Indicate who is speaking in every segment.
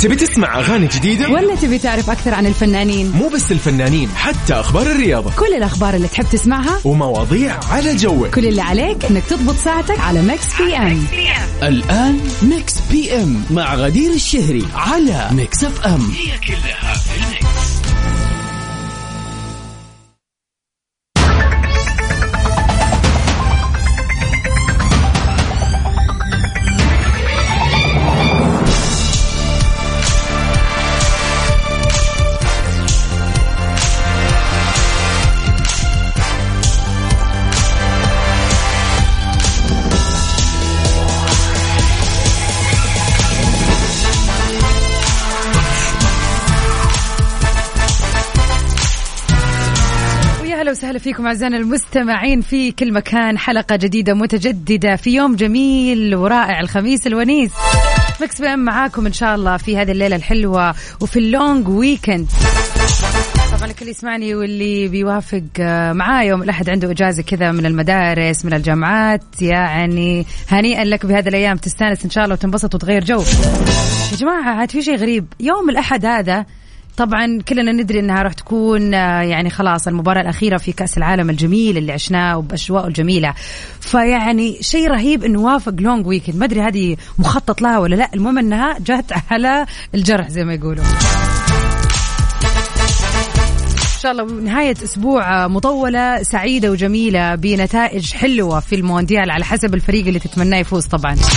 Speaker 1: تبي تسمع أغاني جديدة
Speaker 2: ولا تبي تعرف أكثر عن الفنانين؟
Speaker 1: مو بس الفنانين، حتى أخبار الرياضة،
Speaker 2: كل الأخبار اللي تحب تسمعها
Speaker 1: ومواضيع على جوك.
Speaker 2: كل اللي عليك إنك تضبط ساعتك على ميكس بي ام.
Speaker 3: الآن ميكس بي ام مع غدير الشهري على ميكس اف ام. هي كلها في الميكس.
Speaker 2: وسهلا فيكم أعزائنا المستمعين في كل مكان. حلقة جديدة متجددة في يوم جميل ورائع، الخميس الونيس. ميكس بي ام معاكم إن شاء الله في هذه الليلة الحلوة وفي اللونج ويكند. طبعا الكل يسمعني واللي بيوافق معاه يوم الأحد عنده إجازة كذا من المدارس من الجامعات، يعني هنيئا لك بهذه الأيام، تستانس إن شاء الله وتنبسط وتغير جو. يا جماعة عاد في شيء غريب، يوم الأحد هذا طبعا كلنا ندري أنها راح تكون يعني خلاص المباراة الأخيرة في كأس العالم الجميل اللي عشناه وبأشواءه الجميلة، فيعني شيء رهيب أنه وافق لونج ويكند. ما أدري هذه مخطط لها ولا لا، المهم أنها جات على الجرح زي ما يقولوا. إن شاء الله نهاية أسبوع مطولة سعيدة وجميلة بنتائج حلوة في المونديال على حسب الفريق اللي تتمناه يفوز.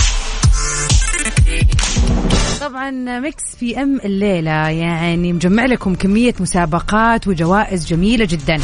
Speaker 2: طبعا ميكس في ام الليلة يعني مجمع لكم كمية مسابقات وجوائز جميلة جدا.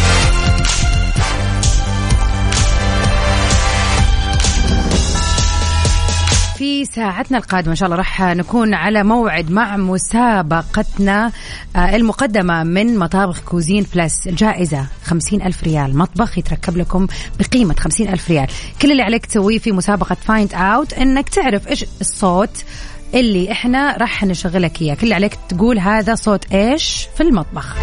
Speaker 2: في ساعتنا القادمة إن شاء الله راح نكون على موعد مع مسابقتنا المقدمة من مطابخ كوزين بلس. الجائزة 50,000 ريال، مطبخ يتركب لكم بقيمة 50,000 ريال. كل اللي عليك تسويه في مسابقة فايند أوت إنك تعرف إيش الصوت اللي إحنا راح نشغلك إياه. كل اللي عليك تقول هذا صوت إيش في المطبخ.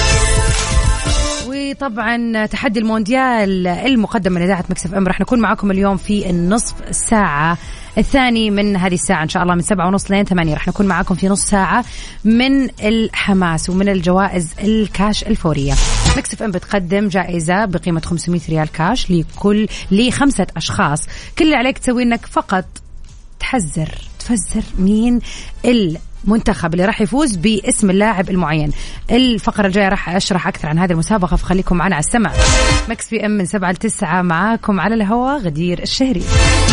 Speaker 2: وطبعا تحدي المونديال المقدم من إذاعة ميكس اف ام راح نكون معاكم اليوم في النصف الساعة الثاني من هذه الساعة إن شاء الله، من 7:30 لين 8 راح نكون معاكم في نص ساعة من الحماس ومن الجوائز الكاش الفورية. ميكس اف ام بتقدم جائزة بقيمة 500 ريال كاش ل5 أشخاص. كل اللي عليك تسوي إنك فقط تفزر مين المنتخب اللي راح يفوز باسم اللاعب المعين. الفقرة الجاية راح أشرح أكثر عن هذه المسابقة، فخليكم معنا على السمع. ميكس بي ام من 7 ل 9 معاكم على الهواء غدير الشهري.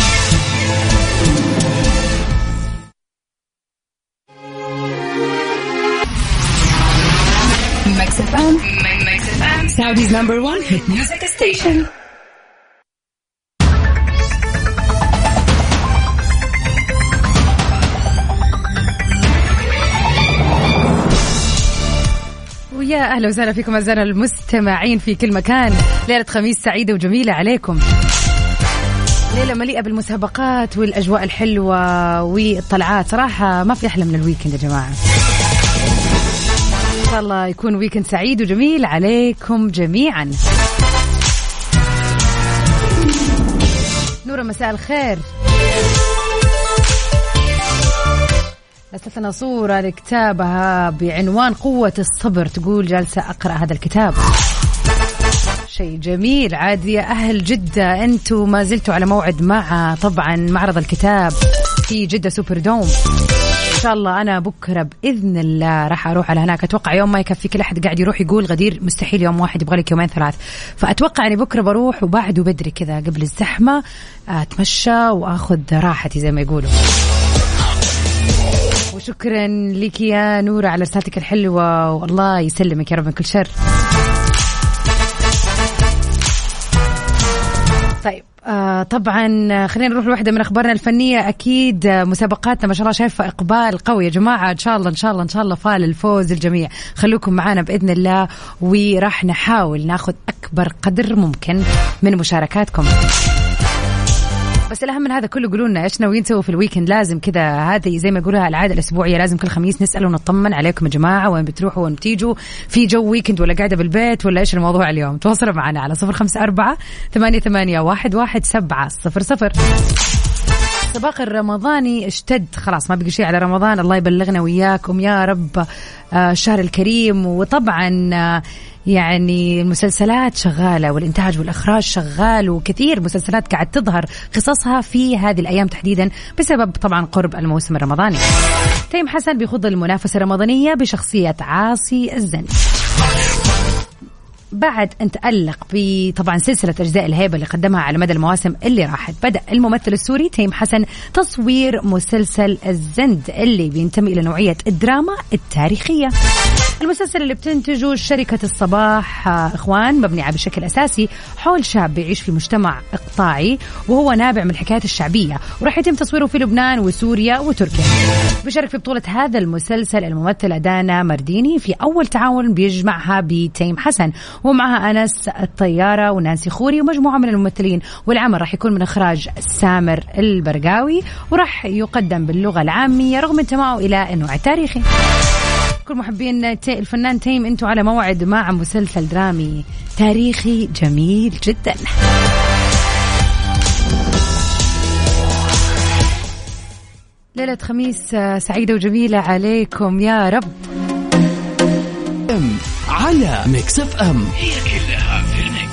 Speaker 2: ميكس اف ام Saudi's number 1 hit music station. ويا أهلا وسهلا فيكم أعزائنا المستمعين في كل مكان. ليلة خميس سعيدة وجميلة عليكم، ليلة مليئة بالمسابقات والأجواء الحلوة والطلعات. صراحة ما في أحلى من الويكند يا جماعة. إن شاء الله يكون ويكند سعيد وجميل عليكم جميعا. نورة مساء الخير. أرسلت صورة لكتابها بعنوان قوة الصبر، تقول جالسة أقرأ هذا الكتاب. شيء جميل. عاد يا أهل جدة أنتوا ما زلتوا على موعد مع طبعا معرض الكتاب في جدة سوبر دوم. إن شاء الله أنا بكرة بإذن الله راح أروح على هناك. أتوقع يوم ما يكفي، كل أحد قاعد يروح يقول غدير مستحيل يوم واحد، يبغى لك 2-3. فأتوقع أني بكرة بروح وبعد بدري كذا قبل الزحمة أتمشى وأخذ راحتي زي ما يقولوا. وشكرا لك يا نورة على رسالتك الحلوة، والله يسلمك يا رب من كل شر. طيب طبعا خلينا نروح لواحدة من أخبارنا الفنية. أكيد مسابقاتنا ما شاء الله شايفة إقبال قوي يا جماعة. إن شاء الله فال الفوز الجميع. خلوكم معنا بإذن الله، وراح نحاول ناخذ أكبر قدر ممكن من مشاركاتكم. بس الأهم من هذا كله قولوا لنا إيش ناويين تسووا في الويكند. لازم كذا، هذه زي ما يقولها العادة الأسبوعية، لازم كل خميس نسأل ونطمن عليكم يا جماعة، وين بتروحوا وين بتيجوا، في جو ويكند ولا قاعدة بالبيت ولا إيش الموضوع اليوم. تواصلوا معنا على 0548811700. السباق الرمضاني اشتد، خلاص ما بقي شيء على رمضان. الله يبلغنا وياكم يا رب الشهر الكريم. وطبعا يعني المسلسلات شغالة والإنتاج والإخراج شغال، وكثير مسلسلات قاعد تظهر قصصها في هذه الأيام تحديدا بسبب طبعا قرب الموسم الرمضاني. تيم حسن بيخوض المنافسة الرمضانية بشخصية عاصي الزند بعد أن تألق بطبعا سلسلة أجزاء الهيبة اللي قدمها على مدى المواسم اللي راحت. بدأ الممثل السوري تيم حسن تصوير مسلسل الزند اللي بينتمي إلى نوعية الدراما التاريخية. المسلسل اللي بتنتجه شركة الصباح إخوان مبني بشكل أساسي حول شاب بيعيش في مجتمع إقطاعي وهو نابع من الحكايات الشعبية، وراح يتم تصويره في لبنان وسوريا وتركيا. بيشارك في بطولة هذا المسلسل الممثلة دانا مرديني في أول تعاون بيجمعها بتيم حسن، ومعها أنس الطيارة ونانسي خوري ومجموعة من الممثلين. والعمل راح يكون من إخراج سامر البرقاوي وراح يقدم باللغة العامية رغم انتمائه إلى النوع التاريخي. كل محبين الفنان تيم انتوا على موعد مع مسلسل درامي تاريخي جميل جدا. ليلة خميس سعيدة وجميلة عليكم يا رب.
Speaker 3: على ميكس اف ام هي كلها في الميكس.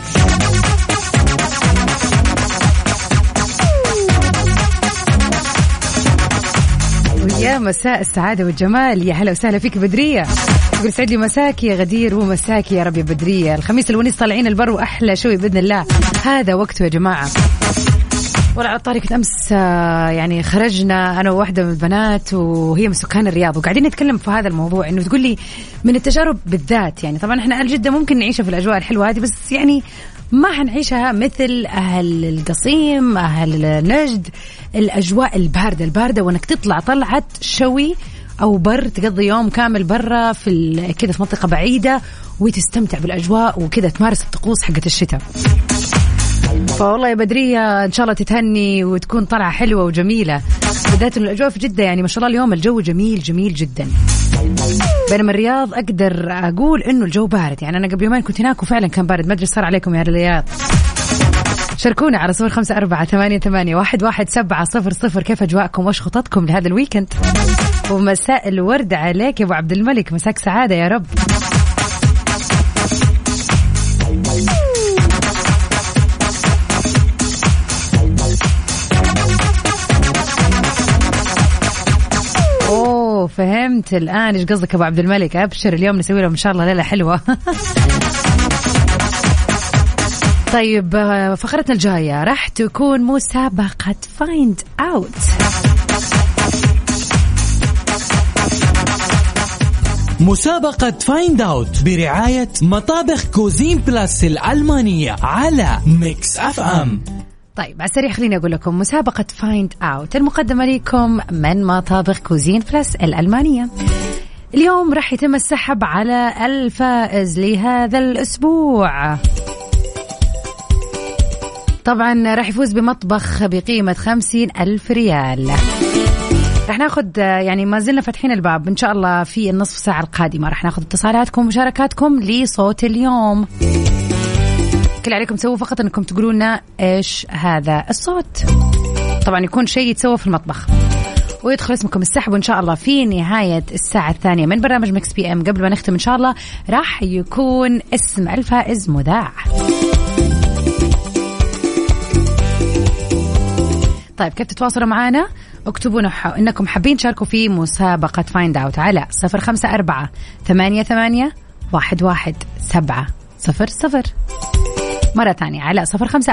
Speaker 2: يا مساء السعادة والجمال، يا هلا وسهلا فيك بدرية. يقول سعيد لي مساكي يا غدير ومساكي يا رب يا بدرية. الخميس الونيس طالعين البر وأحلى شوي بإذن الله، هذا وقته يا جماعة. ولا على طريقة أمس يعني خرجنا أنا وواحدة من البنات وهي من سكان الرياض وقاعدين نتكلم في هذا الموضوع، إنه تقول لي من التجارب بالذات يعني طبعا إحنا أهل جدة ممكن نعيشها في الأجواء الحلوة هذه، بس يعني ما حنعيشها مثل أهل القصيم أهل نجد، الأجواء الباردة وإنك تطلع طلعت شوي أو بر تقضي يوم كامل برا في كذا في منطقة بعيدة وتستمتع بالأجواء وكذا تمارس الطقوس حقة الشتاء. فوالله يا بدرية إن شاء الله تتهني وتكون طلعة حلوة وجميلة، بالذات الأجواء في جدة يعني ما شاء الله اليوم الجو جميل جدا. بينما الرياض أقدر أقول إنه الجو بارد، يعني أنا قبل يومين كنت هناك وفعلا كان بارد. ما أدري صار عليكم يا الرياض. شاركونا على 0548811700 كيف أجواءكم وش خططكم لهذا الويكند. ومساء الورد عليك يا أبو عبد الملك، مساك سعادة يا رب. فهمت الآن إيش قصدك أبو عبد الملك. أبشر اليوم نسوي لهم إن شاء الله ليلة حلوة. طيب فقرتنا الجاية راح تكون مسابقة فايند أوت.
Speaker 3: مسابقة فايند أوت برعاية مطابخ كوزين بلاس الألمانية على ميكس اف ام.
Speaker 2: طيب على السريع خليني أقول لكم مسابقة فايند أوت المقدمة لكم من مطابخ كوزين بلاس الألمانية. اليوم راح يتم السحب على الفائز لهذا الأسبوع. طبعا راح يفوز بمطبخ بقيمة 50,000 ريال. راح ناخد يعني ما زلنا فاتحين الباب إن شاء الله في النصف ساعة القادمة راح ناخد اتصالاتكم ومشاركاتكم لصوت اليوم. كل عليكم تسووا فقط أنكم تقولوا لنا إيش هذا الصوت. طبعا يكون شيء يتسوى في المطبخ ويدخل اسمكم السحب، وإن شاء الله في نهاية الساعة الثانية من برنامج ميكس بي ام قبل ما نختم إن شاء الله راح يكون اسم الفائز مذاع. طيب كيف تتواصلوا معنا؟ اكتبوا إنكم حابين تشاركوا في مسابقة فايند أوت على 0548811700. مرة ثانية على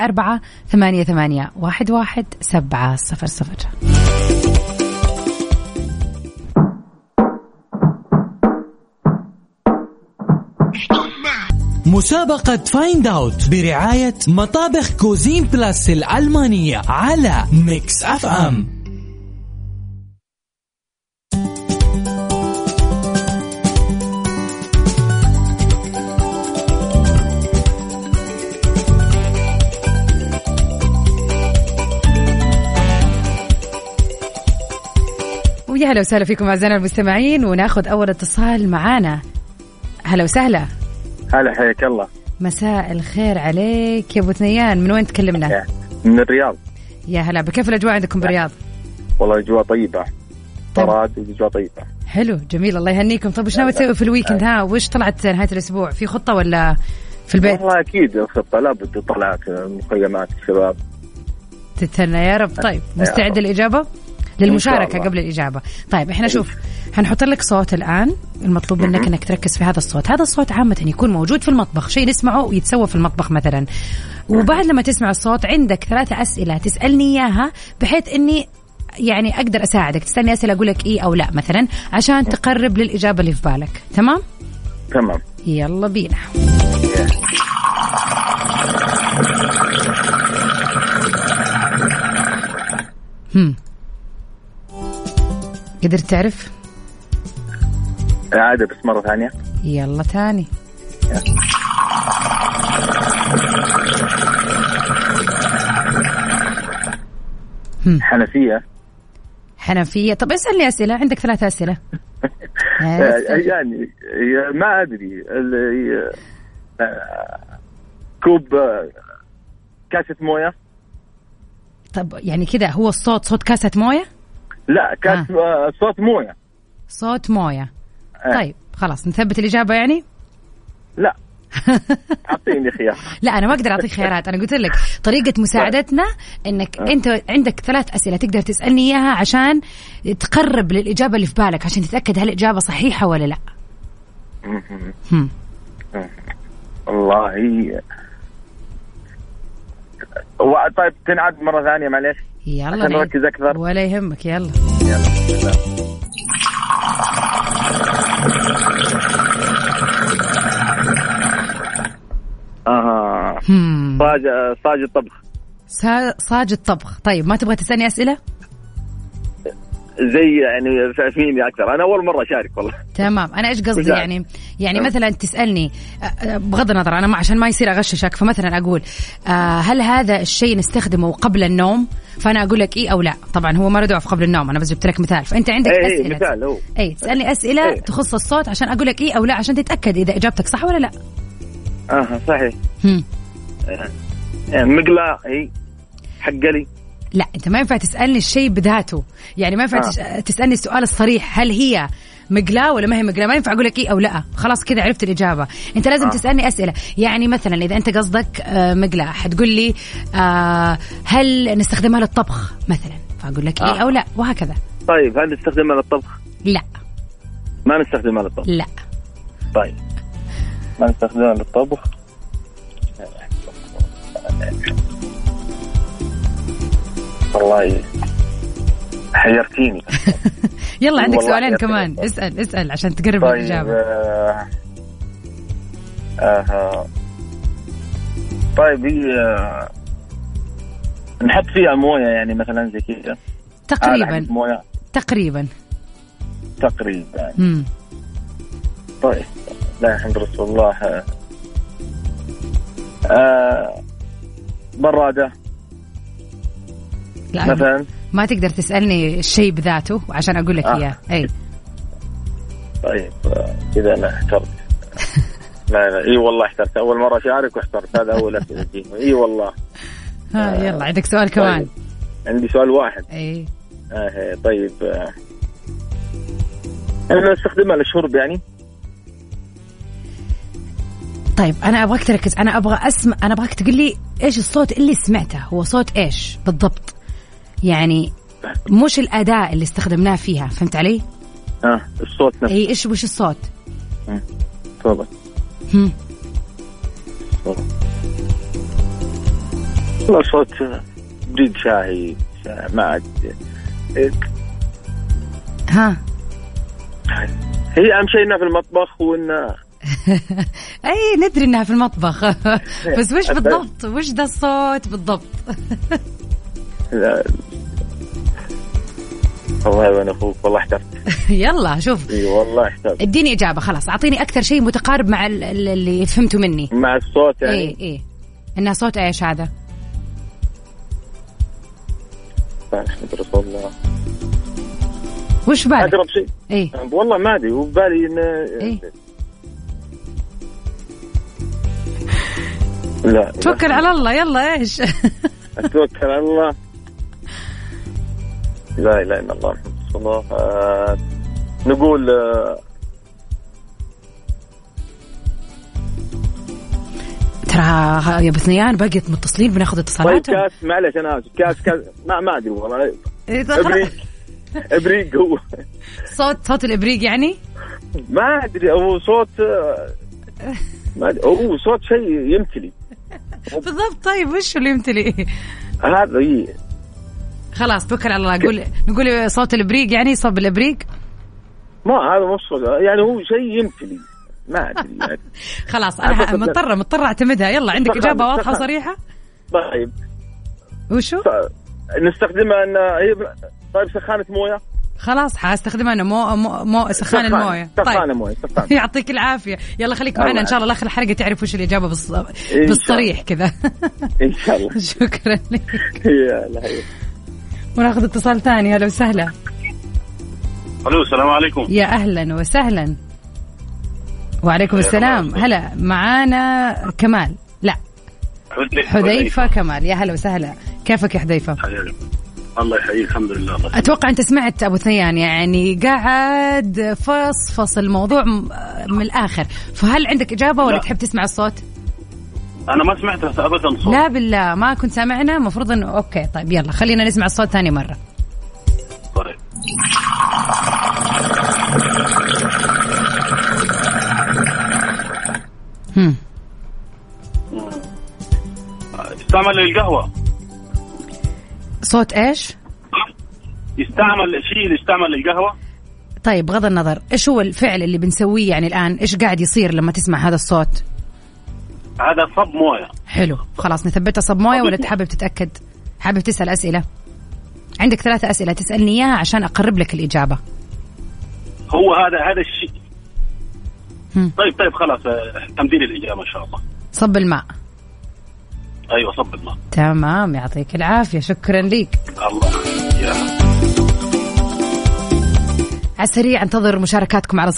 Speaker 2: 0548811700.
Speaker 3: مسابقة فايند أوت برعاية مطابخ كوزين بلاس الألمانية على ميكس اف ام.
Speaker 2: ويا هلا وسهلا فيكم أعزائنا المستمعين، وناخذ أول اتصال معانا. هلا وسهلا.
Speaker 4: هلا حياك الله.
Speaker 2: مساء الخير عليك يا أبو ثنيان، من وين تكلمنا؟
Speaker 4: من الرياض.
Speaker 2: يا هلا، بكيف الأجواء عندكم بالرياض؟
Speaker 4: والله أجواء طيبة، طراد وأجواء طيبة.
Speaker 2: حلو جميل، الله يهنيكم. طب وش ناوي تسوي في الويكند؟ ها وش طلعت نهاية الأسبوع؟ في خطة ولا في البيت؟
Speaker 4: والله أكيد الخطة لابد طلعت مخيمات الشباب.
Speaker 2: تتهنى يا رب. طيب مستعد للإجابة؟ للمشاركة قبل الإجابة. طيب إحنا شوف هنحط لك صوت الآن، المطلوب منك إنك تركز في هذا الصوت. هذا الصوت عامة يكون موجود في المطبخ، شيء نسمعه ويتسوى في المطبخ مثلا. وبعد لما تسمع الصوت عندك 3 أسئلة تسألني إياها، بحيث إني يعني أقدر أساعدك. تسألني أسئلة أقول لك إيه أو لا مثلا، عشان تقرب للإجابة اللي في بالك. تمام؟
Speaker 4: تمام.
Speaker 2: يلا بينا. قدرت تعرف؟
Speaker 4: عادة بس مرة ثانية.
Speaker 2: يلا تاني. حنفية. طب اسألني أسئلة، عندك 3 أسئلة.
Speaker 4: يعني ما أدري كوب كاسة موية.
Speaker 2: طب يعني كده هو الصوت صوت كاسة موية؟
Speaker 4: لا كاس صوت موية.
Speaker 2: صوت موية. طيب خلاص نثبت الإجابة يعني؟
Speaker 4: لا أعطيني خيار.
Speaker 2: لا أنا ما أقدر أعطيك خيارات، أنا قلت لك طريقة مساعدتنا إنك أنت عندك 3 أسئلة تقدر تسألني إياها عشان تقرب للإجابة اللي في بالك، عشان تتأكد هل الإجابة صحيحة ولا لا.
Speaker 4: والله طيب تنعد مرة ثانية معليش.
Speaker 2: يلا
Speaker 4: نركز أكثر.
Speaker 2: ولا يهمك. يلا
Speaker 4: صاج الطبخ.
Speaker 2: صاج الطبخ. طيب ما تبغى تسألني أسئلة
Speaker 4: زي يعني فيني أكثر، أنا أول مرة أشارك والله.
Speaker 2: تمام. أنا إيش قصدي يعني مثلا تسألني بغض النظر أنا عشان ما يصير أغششك، فمثلا أقول هل هذا الشيء نستخدمه قبل النوم؟ فأنا أقول لك إيه أو لا. طبعا هو ما له دعوة قبل النوم، أنا بس جبت لك مثال. فأنت عندك أسئلة
Speaker 4: مثال هو.
Speaker 2: تسألني أسئلة تخص الصوت عشان أقول لك إيه أو لا، عشان تتأكد إذا إجابتك صح ولا لا.
Speaker 4: صحيح. مقلاة حقلي.
Speaker 2: لا أنت ما ينفع تسألني الشيء بذاته، يعني ما ينفع تسألني السؤال الصريح هل هي مقلاة ولا ما هي مقلاة. ما ينفع أقول لك إيه أو لا، خلاص كده عرفت الإجابة. أنت لازم تسألني أسئلة. يعني مثلا إذا أنت قصدك مقلاة حتقول لي هل نستخدمها للطبخ مثلا، فأقول لك إيه أو لا، وهكذا.
Speaker 4: طيب هل نستخدمها للطبخ؟
Speaker 2: لا
Speaker 4: ما نستخدمها للطبخ.
Speaker 2: لا.
Speaker 4: طيب ما نستخدمها للطبخ. والله حيرتيني.
Speaker 2: يلا عندك سؤالين كمان. اسأل عشان تقرب الإجابة.
Speaker 4: طيب نحط فيها موية يعني مثلا زي كذا
Speaker 2: تقريبا.
Speaker 4: موية
Speaker 2: تقريبا.
Speaker 4: طيب لا الحمد رسول الله. برادة
Speaker 2: لا
Speaker 4: مثلا.
Speaker 2: ما تقدر تسألني الشيء بذاته عشان أقول لك إياه. أي
Speaker 4: طيب كذا أنا احترت. لا إيه والله احترت، أول مرة أشارك واحترت. هذا أول أسئلة إيه والله.
Speaker 2: يلا عندك سؤال كمان.
Speaker 4: طيب. عندي سؤال واحد.
Speaker 2: إيه
Speaker 4: طيب أنا أستخدمها للشرب يعني.
Speaker 2: طيب أنا أبغاك تركز، أنا أبغاك تقول لي إيش الصوت اللي سمعته، هو صوت إيش بالضبط، يعني مش الأداة اللي استخدمناه فيها. فهمت علي؟
Speaker 4: الصوت نفسه.
Speaker 2: إيه وش الصوت؟
Speaker 4: تفضل. والله صوت بريد شاهي ما أدري. هي أهم شيء إنها في المطبخ وإنها
Speaker 2: أي ندري إنها في المطبخ. بس وش بالضبط؟ وش ده الصوت بالضبط؟
Speaker 4: لا والله وانا اخوك والله احترت.
Speaker 2: يلا شوف.
Speaker 4: اي والله احترت.
Speaker 2: اديني اجابه خلاص، اعطيني اكثر شيء متقارب مع اللي فهمته مني.
Speaker 4: مع الصوت يعني.
Speaker 2: ايه انها صوت ايش هذا؟
Speaker 4: احمد رسول الله.
Speaker 2: وش بالك؟
Speaker 4: اقرب شيء.
Speaker 2: ايه
Speaker 4: والله ما ادري، وبالي ان لا
Speaker 2: توكل على الله. يلا ايش؟
Speaker 4: اتوكل على الله. لا إله إلا الله محمد رسول الله. نقول
Speaker 2: ترى يا بثنيان بقيت متصلين بناخذ اتصالاتهم.
Speaker 4: كاس معلش أنا آسف. كاس ما أدري والله. إبريق هو
Speaker 2: صوت الإبريق يعني
Speaker 4: ما أدري هو صوت ما أدري هو صوت شيء يمتلي
Speaker 2: بالضبط. طيب وش اللي يمتلي
Speaker 4: هذا؟ إيه
Speaker 2: خلاص توكل على الله. نقول صوت الإبريق يعني صوب الإبريق.
Speaker 4: ما هذا مش صوت يعني هو شيء يمتلي ما أدري يعني.
Speaker 2: خلاص أنا مضطر أعتمدها. يلا عندك إجابة واضحة وصريحة؟
Speaker 4: طيب
Speaker 2: وشو
Speaker 4: نستخدمها أن هي طيب سخانة موية.
Speaker 2: خلاص حاستخدمها أنا مو سخان الموية.
Speaker 4: سخان موية.
Speaker 2: يعطيك العافية. يلا خليك معنا إن شاء الله آخر الحلقة تعرف وش الإجابة بالصريح كذا.
Speaker 4: إن شاء الله.
Speaker 2: شكرا لك.
Speaker 4: يلا
Speaker 2: وناخذ اتصال ثاني. هلا وسهلا.
Speaker 5: الو السلام عليكم.
Speaker 2: يا أهلا وسهلا. وعليكم السلام. هلا معانا كمال. لا حذيفة كمال. يا هلا وسهلا. كيفك يا حذيفة؟
Speaker 5: الله يحييك. الحمد لله.
Speaker 2: أتوقع أنت سمعت أبو ثنيان يعني قاعد فصل الموضوع من الآخر. فهل عندك إجابة ولا تحب تسمع الصوت؟
Speaker 5: أنا ما سمعت أبدا صوت.
Speaker 2: لا بالله ما كنت سامعنا. مفروض أنه أوكي. طيب يلا خلينا نسمع الصوت ثاني مرة.
Speaker 5: طيب يستعمل للقهوة.
Speaker 2: صوت إيش؟
Speaker 5: يستعمل للقهوة.
Speaker 2: طيب بغض النظر إيش هو الفعل اللي بنسويه يعني الآن، إيش قاعد يصير لما تسمع هذا الصوت؟
Speaker 5: هذا صب موية.
Speaker 2: حلو خلاص نثبتها صب موية. ولا تحب تتأكد؟ حابب تسأل أسئلة؟ عندك 3 أسئلة تسألني إياها عشان أقرب لك الإجابة.
Speaker 5: هو هذا الشيء. طيب خلاص تمديد الإجابة إن شاء الله.
Speaker 2: صب الماء.
Speaker 5: أيوة صب الماء.
Speaker 2: تمام يعطيك العافية. شكرا ليك.
Speaker 5: الله يا
Speaker 2: على السريع انتظر مشاركاتكم على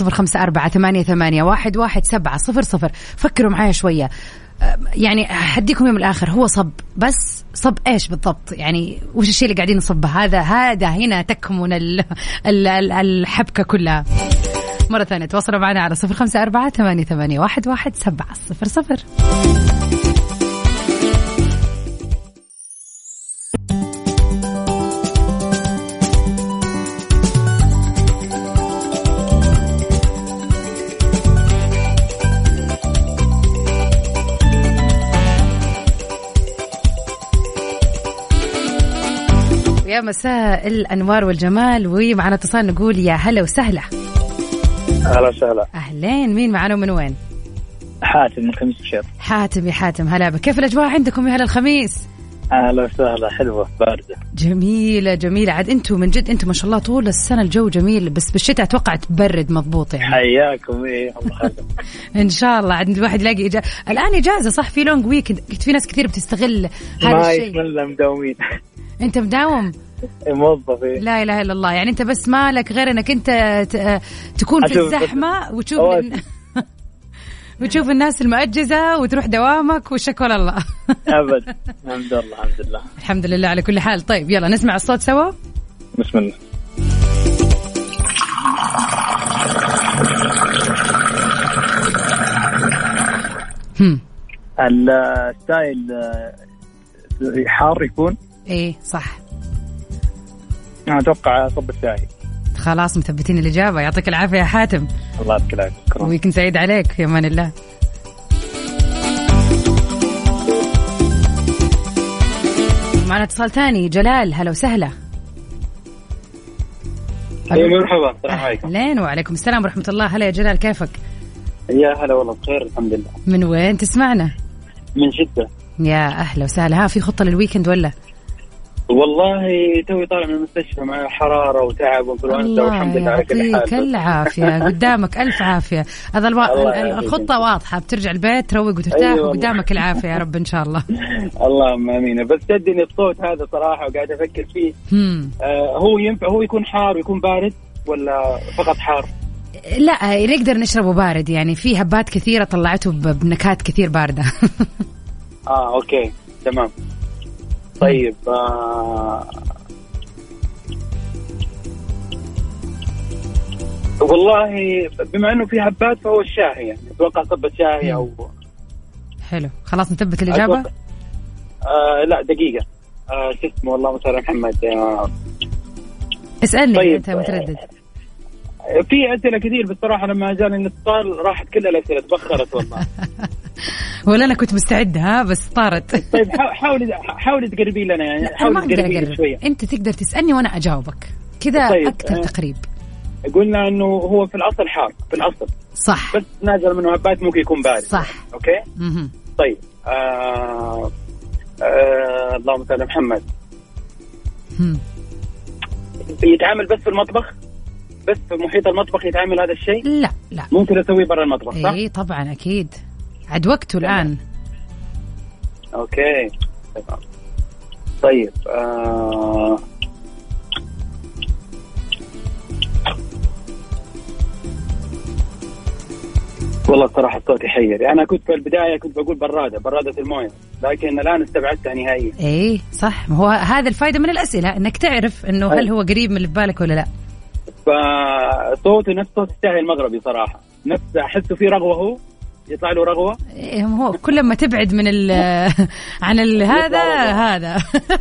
Speaker 2: 0548811700. فكروا معايا شوية يعني حديكم يوم الآخر. هو صب بس صب إيش بالضبط يعني؟ وش الشيء اللي قاعدين نصبه؟ هذا هنا تكمن الحبكة كلها. مرة ثانية تواصلوا معنا على 0548811700. يا مساء الأنوار والجمال. ومعنا اتصال نقول يا هلا وسهلا.
Speaker 4: أهلا وسهلا.
Speaker 2: أهلين. مين معنا ومن وين؟
Speaker 4: حاتم من خميس الشيخ.
Speaker 2: حاتم. يا حاتم هلا بك. كيف الأجواء عندكم يا هلا الخميس؟
Speaker 4: أهلا وسهلا. حلوة باردة.
Speaker 2: جميلة. عاد أنتم من جد أنتم ما شاء الله طول السنة الجو جميل، بس بالشتاء أتوقع تبرد مضبوط يعني.
Speaker 4: حياكم. إيه الله
Speaker 2: إن شاء الله عند الواحد يلاقي الآن إجازة صح؟ في لونج ويكند. في ناس كثير بتستغل هذا الشيء.
Speaker 4: ما مداومين.
Speaker 2: أنت مداوم؟
Speaker 4: موظف.
Speaker 2: لا إله إلا الله. يعني أنت بس مالك غير أنك أنت تكون في الزحمة وتشوف الناس المؤجزة وتروح دوامك وشكر الله.
Speaker 4: أبد. الحمد لله
Speaker 2: على كل حال. طيب يلا نسمع الصوت سوا.
Speaker 4: بسم الله. الستايل حار يكون.
Speaker 2: ايه صح.
Speaker 4: أنا أتوقع صب الشاي.
Speaker 2: خلاص مثبتين الإجابة. يعطيك العافية يا حاتم.
Speaker 4: الله يسعدك.
Speaker 2: ويكون سعيد عليك. في أمان الله. معنا اتصال ثاني. جلال. هلا وسهلا.
Speaker 4: مرحبا. السلام عليكم.
Speaker 2: أهلين. وعليكم السلام ورحمة الله. هلا يا جلال كيفك؟
Speaker 4: يا هلا والله بخير الحمد لله.
Speaker 2: من وين تسمعنا؟
Speaker 4: من جدة.
Speaker 2: يا أهلا وسهلا. في خطة للويكند ولا؟
Speaker 4: والله توي طالع من المستشفى مع حرارة وتعب وانفلونزا والحمد لله على كل حال.
Speaker 2: يعطيك العافية. قدامك ألف عافية. هذا الخطة واضحة. بترجع البيت تروق وترتاح. وقدامك العافية يا رب إن شاء الله.
Speaker 4: اللهم آمين. بس جدني الصوت هذا صراحة وقاعد أفكر فيه. هو ينفع هو يكون حار ويكون بارد ولا فقط حار؟
Speaker 2: لا نقدر نشربه بارد يعني. في هبات كثيرة طلعته بنكهات كثير باردة.
Speaker 4: أوكي تمام. طيب
Speaker 6: والله بما انه في هبات فهو الشاهي، يعني اتوقع صبة شاهي او
Speaker 2: حلو. خلاص نثبت الاجابه.
Speaker 6: لا دقيقه، شو اسمه والله مثلا محمد.
Speaker 2: اسالني.
Speaker 6: طيب
Speaker 2: انت متردد.
Speaker 6: في اسئله كثير بصراحه، لما جاني الاتصال راحت كل الاسئله، تبخرت والله.
Speaker 2: ولا انا كنت مستعده ها بس طارت.
Speaker 6: طيب حاولي تقربي لنا، يعني حاولي تقربي شويه.
Speaker 2: انت تقدر تسالني وانا اجاوبك كذا. طيب اكثر تقريب.
Speaker 6: قلنا انه هو في الاصل حار، في الاصل
Speaker 2: صح،
Speaker 6: بس نازل منه هبات ممكن يكون بارد.
Speaker 2: صح.
Speaker 6: اوكي. طيب اللهم صل على محمد. يتعامل بس في المطبخ، بس في محيط المطبخ يتعامل هذا الشيء؟
Speaker 2: لا
Speaker 6: ممكن اسويه برا المطبخ صح؟
Speaker 2: اي طبعا اكيد، عد وقته الان.
Speaker 6: اوكي طيب والله الصراحة الصوت يحير. أنا كنت في البداية كنت بقول برادة الموية، لكن الآن استبعدتها نهائيا.
Speaker 2: إيه صح، هو هذا الفائدة من الأسئلة إنك تعرف إنه هل هو قريب من اللي في بالك ولا لا.
Speaker 6: فصوته نفس صوت الشاهي المغربي صراحة، نفس أحسه فيه رغوة، هو يطلع له رغوة.
Speaker 2: إيه هو كل ما تبعد من عن هذا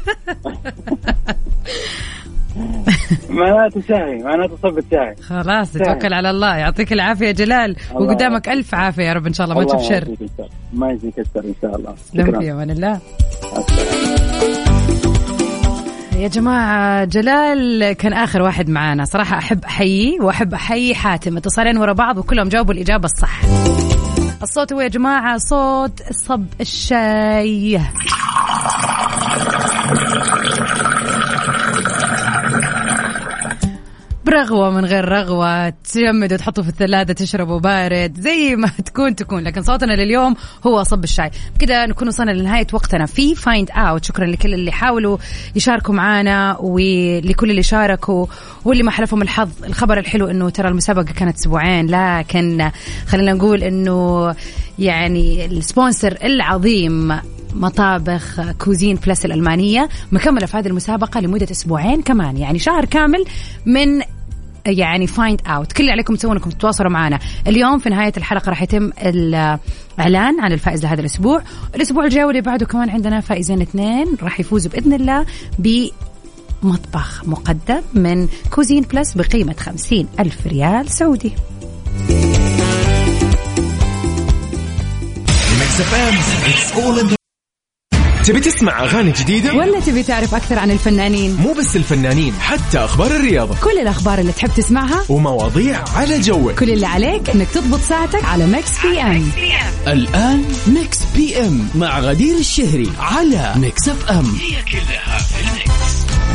Speaker 6: معناته شاهي، معناته صبت شاهي.
Speaker 2: خلاص توكل على الله. يعطيك العافية جلال، وقدامك ألف عافية يا رب إن شاء الله، ما تشوف شر.
Speaker 6: ما يجيك الشر إن شاء الله.
Speaker 2: سلام في أمان الله. يا جماعة جلال كان آخر واحد معانا صراحة، أحب أحييه وأحب أحيي حاتم، اتصالين ورا بعض وكلهم جاوبوا الإجابة الصح. الصوت هو يا جماعة صوت صب الشاي. برغوة من غير رغوة، تجمد وتحطه في الثلاجة تشربه بارد زي ما تكون، لكن صوتنا لليوم هو صب الشاي. بكده نكون وصلنا لنهاية وقتنا في فايند اوت. شكرا لكل اللي حاولوا يشاركوا معنا، ولكل اللي شاركوا واللي ما حلفهم الحظ. الخبر الحلو انه ترى المسابقة كانت اسبوعين، لكن خلينا نقول انه يعني السبونسر العظيم مطابخ كوزين بلس الألمانية مكملة في هذه المسابقة لمدة أسبوعين كمان، يعني شهر كامل من يعني فايند اوت. كل اللي عليكم تسوون انكم تتواصلوا معنا. اليوم في نهاية الحلقة راح يتم الإعلان عن الفائز لهذا الأسبوع. الأسبوع الجاي واللي بعده كمان عندنا فائزين 2 راح يفوزوا بإذن الله بمطبخ مقدم من كوزين بلس بقيمة 50,000 ريال سعودي.
Speaker 1: تبي تسمع أغاني جديدة؟
Speaker 2: ولا تبي تعرف أكثر عن الفنانين؟
Speaker 1: مو بس الفنانين، حتى أخبار الرياضة،
Speaker 2: كل الأخبار اللي تحب تسمعها
Speaker 1: ومواضيع على جوك.
Speaker 2: كل اللي عليك إنك تضبط ساعتك على ميكس بي ام.
Speaker 3: الآن ميكس بي ام مع غدير الشهري على ميكس اف ام. هي كلها في الميكس.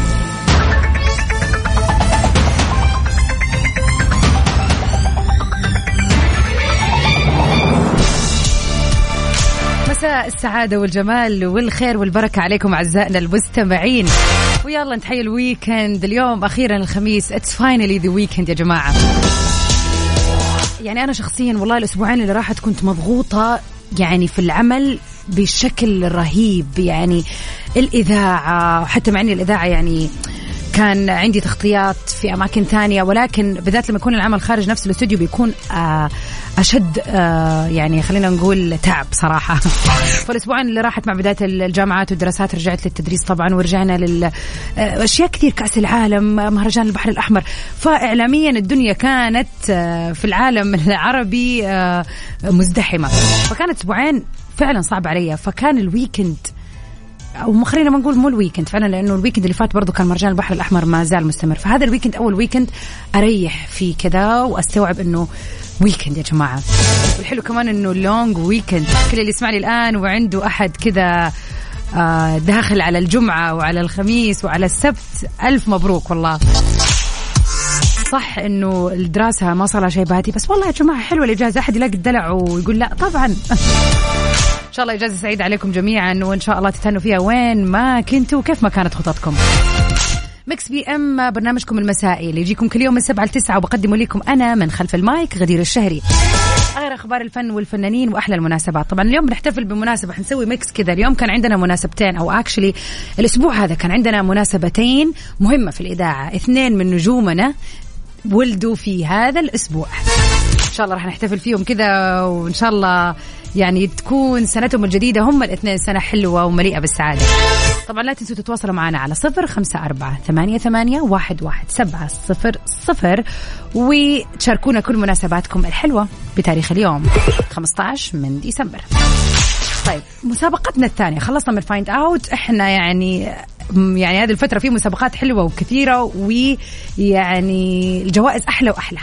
Speaker 2: مساء السعادة والجمال والخير والبركة عليكم أعزائنا المستمعين، ويلا نتحيي الويكند اليوم. أخيرا الخميس، It's finally the weekend يا جماعة. يعني أنا شخصيا والله الأسبوعين اللي راحت كنت مضغوطة يعني في العمل بشكل رهيب، يعني الإذاعة، وحتى مع أن الإذاعة يعني كان عندي تغطيات في أماكن ثانية، ولكن بالذات لما يكون العمل خارج نفس الاستوديو بيكون أشد يعني خلينا نقول تعب صراحة. فالأسبوعين اللي راحت مع بداية الجامعات والدراسات رجعت للتدريس طبعا، ورجعنا للأشياء كثير، كأس العالم، مهرجان البحر الأحمر. فإعلاميا الدنيا كانت في العالم العربي مزدحمة، فكانت أسبوعين فعلا صعب علي. فكان الويكند أو خلينا ما نقول مو الويكند فعلا، لأنه الويكند اللي فات برضو كان مهرجان البحر الأحمر ما زال مستمر. فهذا الويكند أول ويكند أريح فيه كذا وأستوعب إنه ويكند يا جماعة. والحلو كمان إنه لونج ويكند. كل اللي يسمعني الآن وعنده أحد كذا داخل على الجمعة وعلى الخميس وعلى السبت، ألف مبروك والله. صح إنه الدراسة ما صار لها شيء باتي، بس والله يا جماعة حلوة الإجازة. أحد يلاقي الدلع ويقول لا طبعا. إن شاء الله إجازة سعيدة عليكم جميعا، وإن شاء الله تتهنوا فيها وين ما كنتوا وكيف ما كانت خططكم. ميكس بي ام برنامجكم المسائي اللي يجيكم كل يوم من 7 ل 9، وبقدمه لكم أنا من خلف المايك غدير الشهري. غير أخبار الفن والفنانين وأحلى المناسبات. طبعا اليوم بنحتفل بمناسبة، حنسوي ميكس كذا. اليوم كان عندنا مناسبتين، أو أكشلي الأسبوع هذا كان عندنا مناسبتين مهمة في الإذاعة. 2 من نجومنا ولدوا في هذا الأسبوع. إن شاء الله راح نحتفل فيهم كذا، وإن شاء الله يعني تكون سنتهم الجديدة هم الاثنين سنة حلوة ومليئة بالسعادة. طبعا لا تنسوا تتواصلوا معنا على 0548811700 وتشاركونا كل مناسباتكم الحلوة بتاريخ اليوم 15 من ديسمبر. طيب مسابقتنا الثانية خلصنا من فايند اوت. احنا يعني هذه الفترة في مسابقات حلوة وكثيرة، ويعني الجوائز أحلى وأحلى.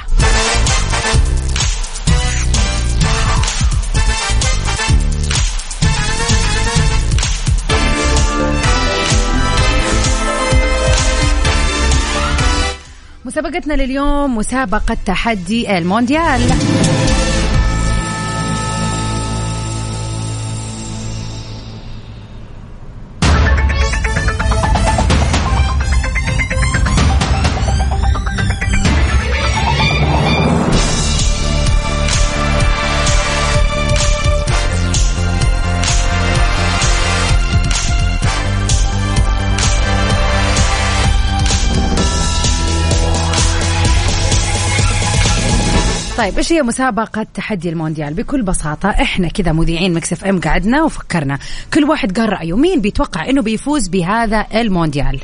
Speaker 2: مسابقتنا لليوم مسابقة تحدي المونديال. طيب إيش هي مسابقة تحدي المونديال؟ بكل بساطة إحنا كذا مذيعين ميكس اف ام قعدنا وفكرنا، كل واحد قال رأيه مين بيتوقع إنه بيفوز بهذا المونديال،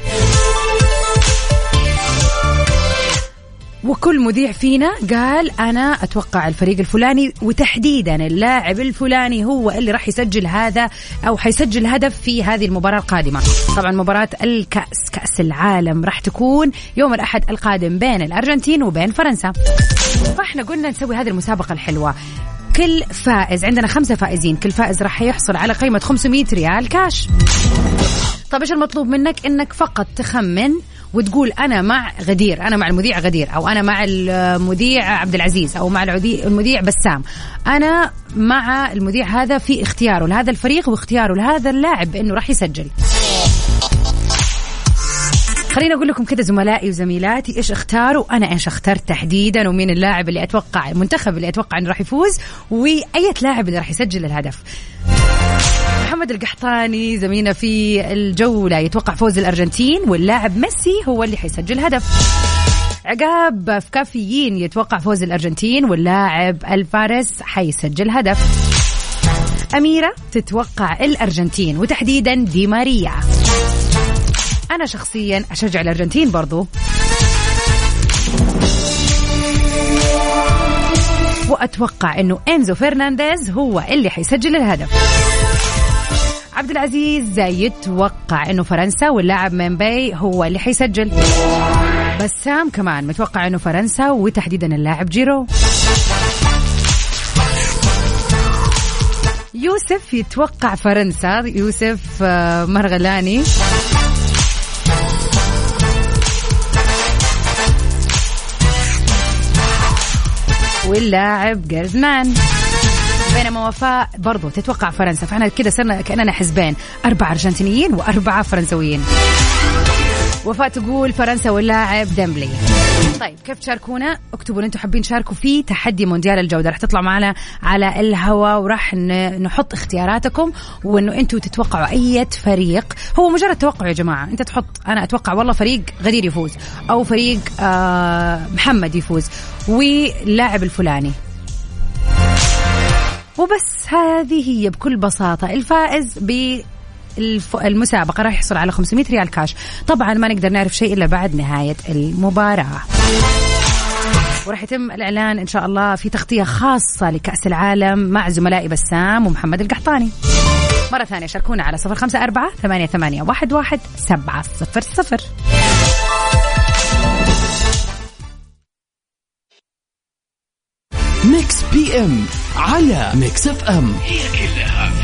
Speaker 2: وكل مذيع فينا قال أنا أتوقع الفريق الفلاني، وتحديدا اللاعب الفلاني هو اللي راح يسجل هذا أو حيسجل هدف في هذه المباراة القادمة. طبعا مباراة الكأس، كأس العالم، راح تكون يوم الأحد القادم بين الأرجنتين وبين فرنسا. فإحنا قلنا نسوي هذه المسابقة الحلوة. كل فائز، عندنا 5 فائزين، كل فائز راح يحصل على قيمة 500 ريال كاش. طب إيش المطلوب منك؟ إنك فقط تخمن وتقول أنا مع غدير، أنا مع المذيع غدير، أو أنا مع المذيع عبد العزيز، أو مع المذيع بسام، أنا مع المذيع هذا في اختياره لهذا الفريق واختياره لهذا اللاعب إنه راح يسجل. خليني أقول لكم كده زملائي وزميلاتي إيش اختاروا، أنا إيش اخترت تحديدا، ومين اللاعب اللي أتوقع، المنتخب اللي أتوقع إنه راح يفوز، وأي لاعب اللي راح يسجل الهدف. محمد القحطاني زميلنا في الجولة يتوقع فوز الأرجنتين واللاعب ميسي هو اللي حيسجل هدف. عقاب في كافيين يتوقع فوز الأرجنتين واللاعب الفارس حيسجل هدف. أميرة تتوقع الأرجنتين وتحديدا دي ماريا. أنا شخصيا أشجع الأرجنتين برضو، وأتوقع أنه إنزو فرنانديز هو اللي حيسجل الهدف. عبد العزيز يتوقع أنه فرنسا واللاعب ميمباي هو اللي حيسجل. بسام كمان متوقع أنه فرنسا وتحديدا اللاعب جيرو. يوسف يتوقع فرنسا، يوسف مرغلاني. واللاعب جرزمان. بينما وفاء برضو تتوقع فرنسا. فاحنا كده صرنا كأننا حزبين، 4 أرجنتينيين و4 فرنسويين. وفاء تقول فرنسا واللاعب ديمبلي. طيب كيف تشاركونا؟ اكتبوا انتم حابين تشاركوا في تحدي مونديال الجودة. رح تطلع معنا على الهواء وراح نحط اختياراتكم، وانه انتم تتوقعوا اي فريق. هو مجرد توقع يا جماعة، انت تحط انا اتوقع والله فريق غدير يفوز، او فريق محمد يفوز واللاعب الفلاني، وبس. هذه هي بكل بساطة. الفائز بالمسابقة راح يحصل على 500 ريال كاش. طبعا ما نقدر نعرف شيء إلا بعد نهاية المباراة، وراح يتم الإعلان إن شاء الله في تغطية خاصة لكأس العالم مع زملائي بسام ومحمد القحطاني. مرة ثانية شاركونا على 0548811700.
Speaker 3: ميكس بي ام على ميكس اف ام، هي كلها في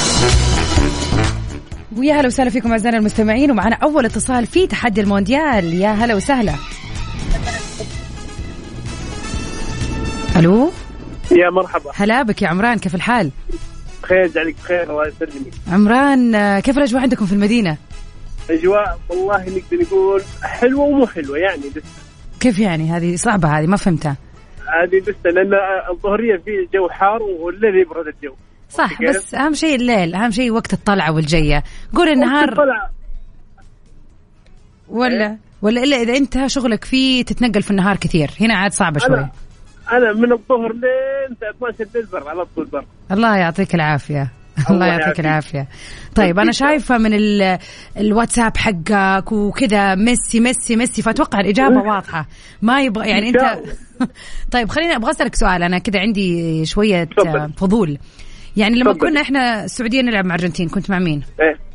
Speaker 2: ويا هلا وسهلا فيكم أعزائنا المستمعين، ومعنا أول اتصال في تحدي المونديال. يا هلا وسهلا. ألو
Speaker 7: يا مرحبا.
Speaker 2: هلا بك يا عمران، كيف الحال؟
Speaker 7: بخير، جعلك بخير، الله يسلمك.
Speaker 2: عمران كيف الأجواء عندكم في المدينة؟
Speaker 7: أجواء والله نقدر نقول حلوة ومو حلوة يعني.
Speaker 2: كيف يعني؟ هذه صعبة، هذه ما فهمتها.
Speaker 7: هذه لسه لأن الظهرية فيه الجو حار والليل يبرد الجو.
Speaker 2: صح، بس أهم شيء الليل، أهم شيء وقت الطلعة والجية. قول النهار ولا إلا إذا أنت شغلك فيه تتنقل في النهار كثير، هنا عاد صعبة شوي.
Speaker 7: أنا من الظهر لين 12 بالبر على طول بر.
Speaker 2: الله يعطيك العافية. الله يعطيك العافية. طيب أنا شايفة من الواتساب حقك وكذا ميسي، فأتوقع الإجابة واضحة، ما يبغى يعني أنت. طيب خليني أبغى أسألك سؤال، أنا كذا عندي شوية فضول. يعني لما كنا إحنا السعودية نلعب مع أرجنتين كنت مع مين؟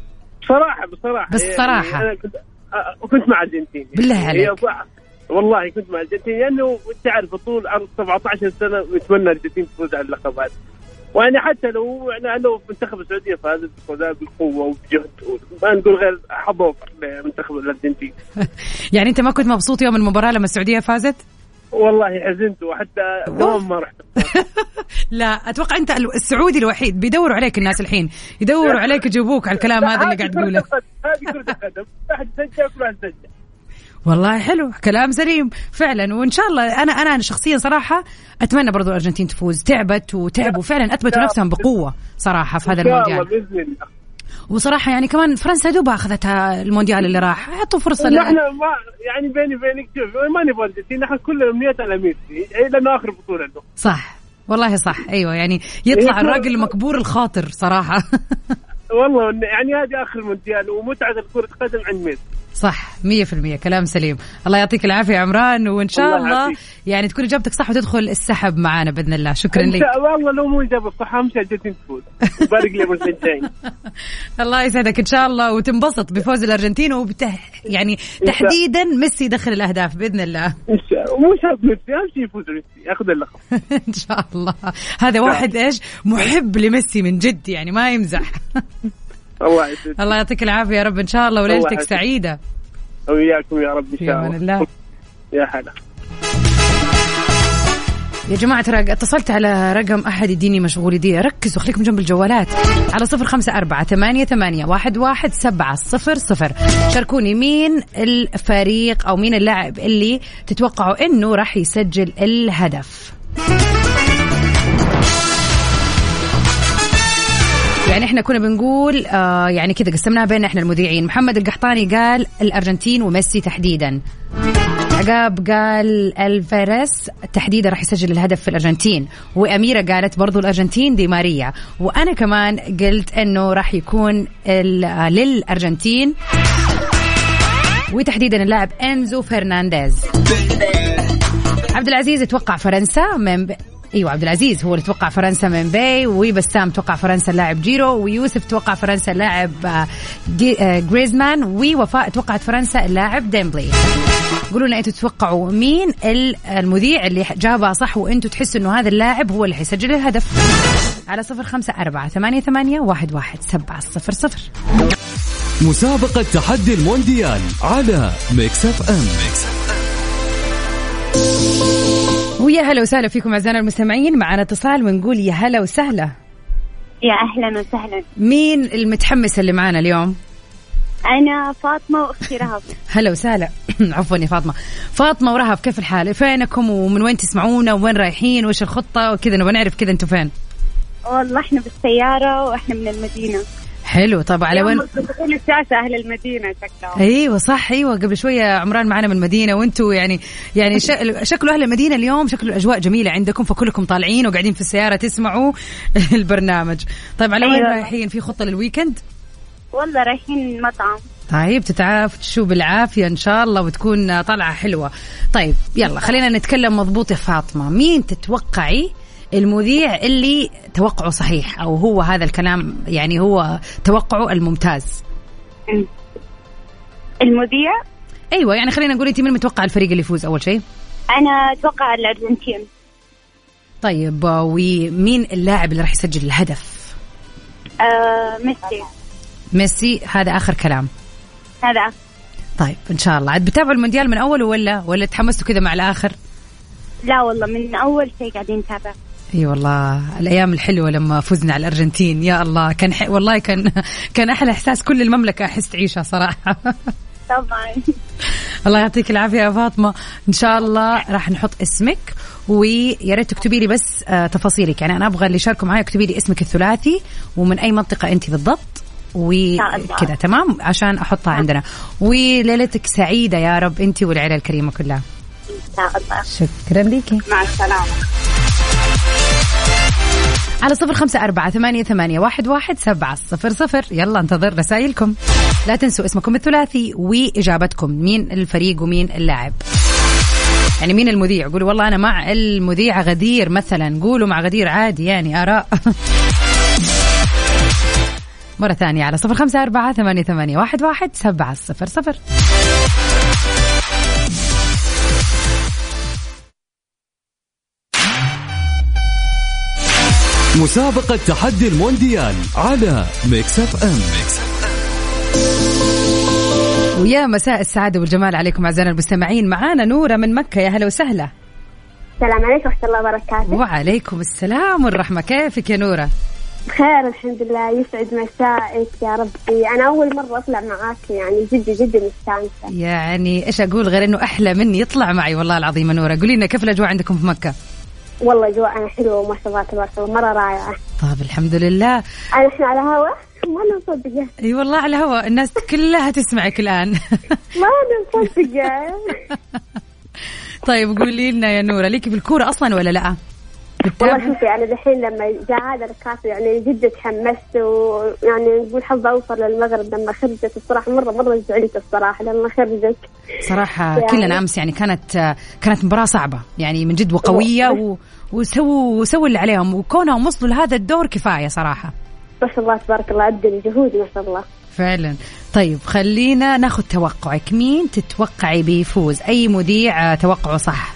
Speaker 7: بصراحة
Speaker 2: بس صراحة
Speaker 7: يعني كنت مع أرجنتين.
Speaker 2: بالله عليك.
Speaker 7: والله كنت مع أرجنتين لأنه تعرف طول 17 سنة نتمنى أرجنتين تفوز على اللقبات، وأنا حتى لو منتخب السعودية فازت بالقوة وبجهد ما نقول غير حظوظ لمنتخب الأرجنتين.
Speaker 2: يعني أنت ما كنت مبسوط يوم المباراة لما السعودية فازت؟
Speaker 7: والله حزنت وحتى دوام ما رحت.
Speaker 2: لا أتوقع أنت السعودي الوحيد، بيدوروا عليك الناس الحين، يدوروا عليك يجيبوك على الكلام هذا اللي قاعد تقوله.
Speaker 7: هذه كرة القدم، واحد سجل كل واحد سجل.
Speaker 2: والله حلو، كلام سليم فعلا. وإن شاء الله أنا شخصيا صراحة أتمنى برضو الأرجنتين تفوز. تعبوا فعلا، أثبتوا نفسهم بقوة صراحة في هذا المونديال. وصراحة يعني كمان فرنسا دوبها أخذتها المونديال اللي راح، حطوا فرصة.
Speaker 7: نحن ما يعني بيني وبينك شوف ما نبغى الأرجنتين، نحن كل أمنيتنا على ميسي لأنه آخر بطولة له.
Speaker 2: صح والله صح، أيوة يعني يطلع الراجل مكبور الخاطر صراحة.
Speaker 7: والله يعني هذه آخر مونديال ومتعة كرة قدم عند ميسي.
Speaker 2: صح 100%، كلام سليم. الله يعطيك العافية يا عمران، وإن شاء الله يعني تكون إجابتك صح وتدخل السحب معانا بإذن الله. شكرا لك.
Speaker 7: والله لو مو إجابة صح مش الأرجنتين تفوز. بارك لي بالفنجان.
Speaker 2: الله يسعدك إن شاء الله، وتنبسط بفوز الأرجنتين يعني تحديدا ميسي دخل الأهداف بإذن الله.
Speaker 7: إن شاء الله. مو شرط ميسي، أهم شيء يفوز ميسي يأخذ اللقب.
Speaker 2: إن شاء الله. هذا واحد إيش محب لميسي من جد، يعني ما يمزح. الله يعطيك العافية يا رب إن شاء الله، وليلتك سعيدة.
Speaker 7: وياكم يا رب إن شاء
Speaker 2: الله.
Speaker 7: يا حلا.
Speaker 2: يا جماعة ترى اتصلت على رقم أحد يديني مشغول يدي، ركزوا خليكم جنب الجوالات على 0548811700. شاركوني مين الفريق أو مين اللاعب اللي تتوقعوا إنه راح يسجل الهدف. يعني احنا كنا بنقول يعني كذا قسمناها بيننا احنا المذيعين. محمد القحطاني قال الأرجنتين وميسي تحديدا، عقاب قال الفيرس تحديدا راح يسجل الهدف في الأرجنتين، وأميرة قالت برضو الأرجنتين دي ماريا، وأنا كمان قلت أنه راح يكون للأرجنتين وتحديدا اللاعب إنزو فرنانديز. عبد العزيز يتوقع فرنسا ايوه عبد العزيز هو اللي توقع فرنسا من باي، وبسام توقع فرنسا اللاعب جيرو، ويوسف توقع فرنسا اللاعب غريزمان، ووفاء توقعت فرنسا اللاعب ديمبلي. قولوا لنا انتوا تتوقعوا مين المذيع اللي جابها صح وانتوا تحسوا انه هذا اللاعب هو اللي حيسجل الهدف على 0548811700.
Speaker 1: مسابقة تحدي المونديال على ميكس اف ام.
Speaker 2: ويا هلا وسهلا فيكم أعزائنا المستمعين، معنا اتصال ونقول يا هلا وسهلا.
Speaker 8: يا أهلا وسهلا.
Speaker 2: مين المتحمس اللي معنا اليوم؟
Speaker 8: أنا فاطمة وأختي رهف.
Speaker 2: هلا وسهلا. عفوا يا فاطمة ورهف، كيف الحال؟ فينكم ومن وين تسمعونا وين رايحين وإيش الخطة وكذا، نبغى نعرف كذا أنتوا فين؟
Speaker 8: والله إحنا بالسيارة وإحنا من المدينة.
Speaker 2: حلو. طب على وين؟
Speaker 8: الساسة أهل المدينة شكلهم.
Speaker 2: أيوة صح، أيوة قبل شوية عمران معنا من المدينة، وأنتوا يعني شكله أهل المدينة اليوم، شكله الأجواء جميلة عندكم، فكلكم طالعين وقاعدين في السيارة تسمعوا البرنامج. طيب على وين رايحين؟ في خطة للويكند؟
Speaker 8: والله رايحين مطعم.
Speaker 2: طيب تتعافوا بالعافية إن شاء الله وتكون طلعة حلوة. طيب يلا خلينا نتكلم مضبوط يا فاطمة، مين تتوقعي المذيع اللي توقعه صحيح أو هو هذا الكلام يعني هو توقعه الممتاز؟
Speaker 8: المذيع؟
Speaker 2: أيوة يعني خلينا نقول أنت من متوقع الفريق اللي يفوز أول شيء؟
Speaker 8: أنا أتوقع الأرجنتين.
Speaker 2: طيب ومين اللاعب اللي راح يسجل الهدف؟ ميسي هذا آخر كلام؟
Speaker 8: هذا.
Speaker 2: طيب إن شاء الله. عاد بتابعوا المونديال من أول ولا تحمستوا كذا مع الآخر؟
Speaker 8: لا والله من أول شيء قاعدين نتابع.
Speaker 2: اي والله الأيام الحلوة لما فزنا على الأرجنتين، يا الله كان والله كان أحلى إحساس كل المملكة أحس تعيشها صراحة.
Speaker 8: طبعا.
Speaker 2: الله يعطيك العافية يا فاطمة، إن شاء الله راح نحط اسمك ويا ريت تكتبي لي بس تفاصيلك، يعني أنا أبغى اللي يشاركوا معي يكتبي لي اسمك الثلاثي ومن أي منطقة أنت بالضبط وكذا تمام عشان أحطها عندنا. وليلتك سعيدة يا رب أنت والعيلة الكريمة كلها. شكرا ليكي.
Speaker 8: مع السلامة.
Speaker 2: على 0548811700. يلا انتظر رسائلكم. لا تنسوا اسمكم الثلاثي وإجابتكم، مين الفريق ومين اللاعب. يعني مين المذيع؟ قولوا والله أنا مع المذيعة غدير مثلا، قولوا مع غدير عادي، يعني آراء. مرة ثانية على 0548811700.
Speaker 1: مسابقة تحدي المونديال على ميكس اف ام.
Speaker 2: ويا مساء السعادة والجمال عليكم أعزائنا المستمعين. معانا نورة من مكة، يا هلا وسهلا.
Speaker 8: السلام عليكم ورحمة الله وبركاته.
Speaker 2: وعليكم السلام والرحمة. كيفك يا نورة؟
Speaker 8: بخير الحمد لله، يسعد مسائك يا ربي. أنا أول مرة أطلع معاك، يعني جدا جدا مستانسة.
Speaker 2: يعني إيش أقول غير إنه أحلى مني يطلع معي والله العظيم. نورة قولي لنا كيف الأجواء عندكم في مكة؟
Speaker 8: والله جواءنا حلوة وما شاء الله تبارك الله، مرة رائعة.
Speaker 2: طيب الحمد لله.
Speaker 8: إحنا على هوا ما نصدق.
Speaker 2: اي والله على هوا، الناس كلها تسمعك الآن.
Speaker 8: ما نصدق.
Speaker 2: طيب قولي لنا يا نورة، ليكي بالكورة أصلا ولا لا؟
Speaker 8: والله شوفي أنا دحين لما جاء هذا الكاس يعني جدا تحمست، ويعني نقول حظ أوصل للمغرب لما خرجت. الصراحة مرة زعلت الصراحة لما خرجت
Speaker 2: صراحة يعني. كلنا أمس يعني كانت مباراة صعبة يعني من جد وقوية، وسووا اللي عليهم، وكونهم وصلوا لهذا الدور كفاية صراحة.
Speaker 8: ما شاء الله تبارك الله، أبدل جهود ما شاء الله
Speaker 2: فعلا. طيب خلينا ناخذ توقعك، مين تتوقعي بيفوز؟ أي مذيع توقعه صح؟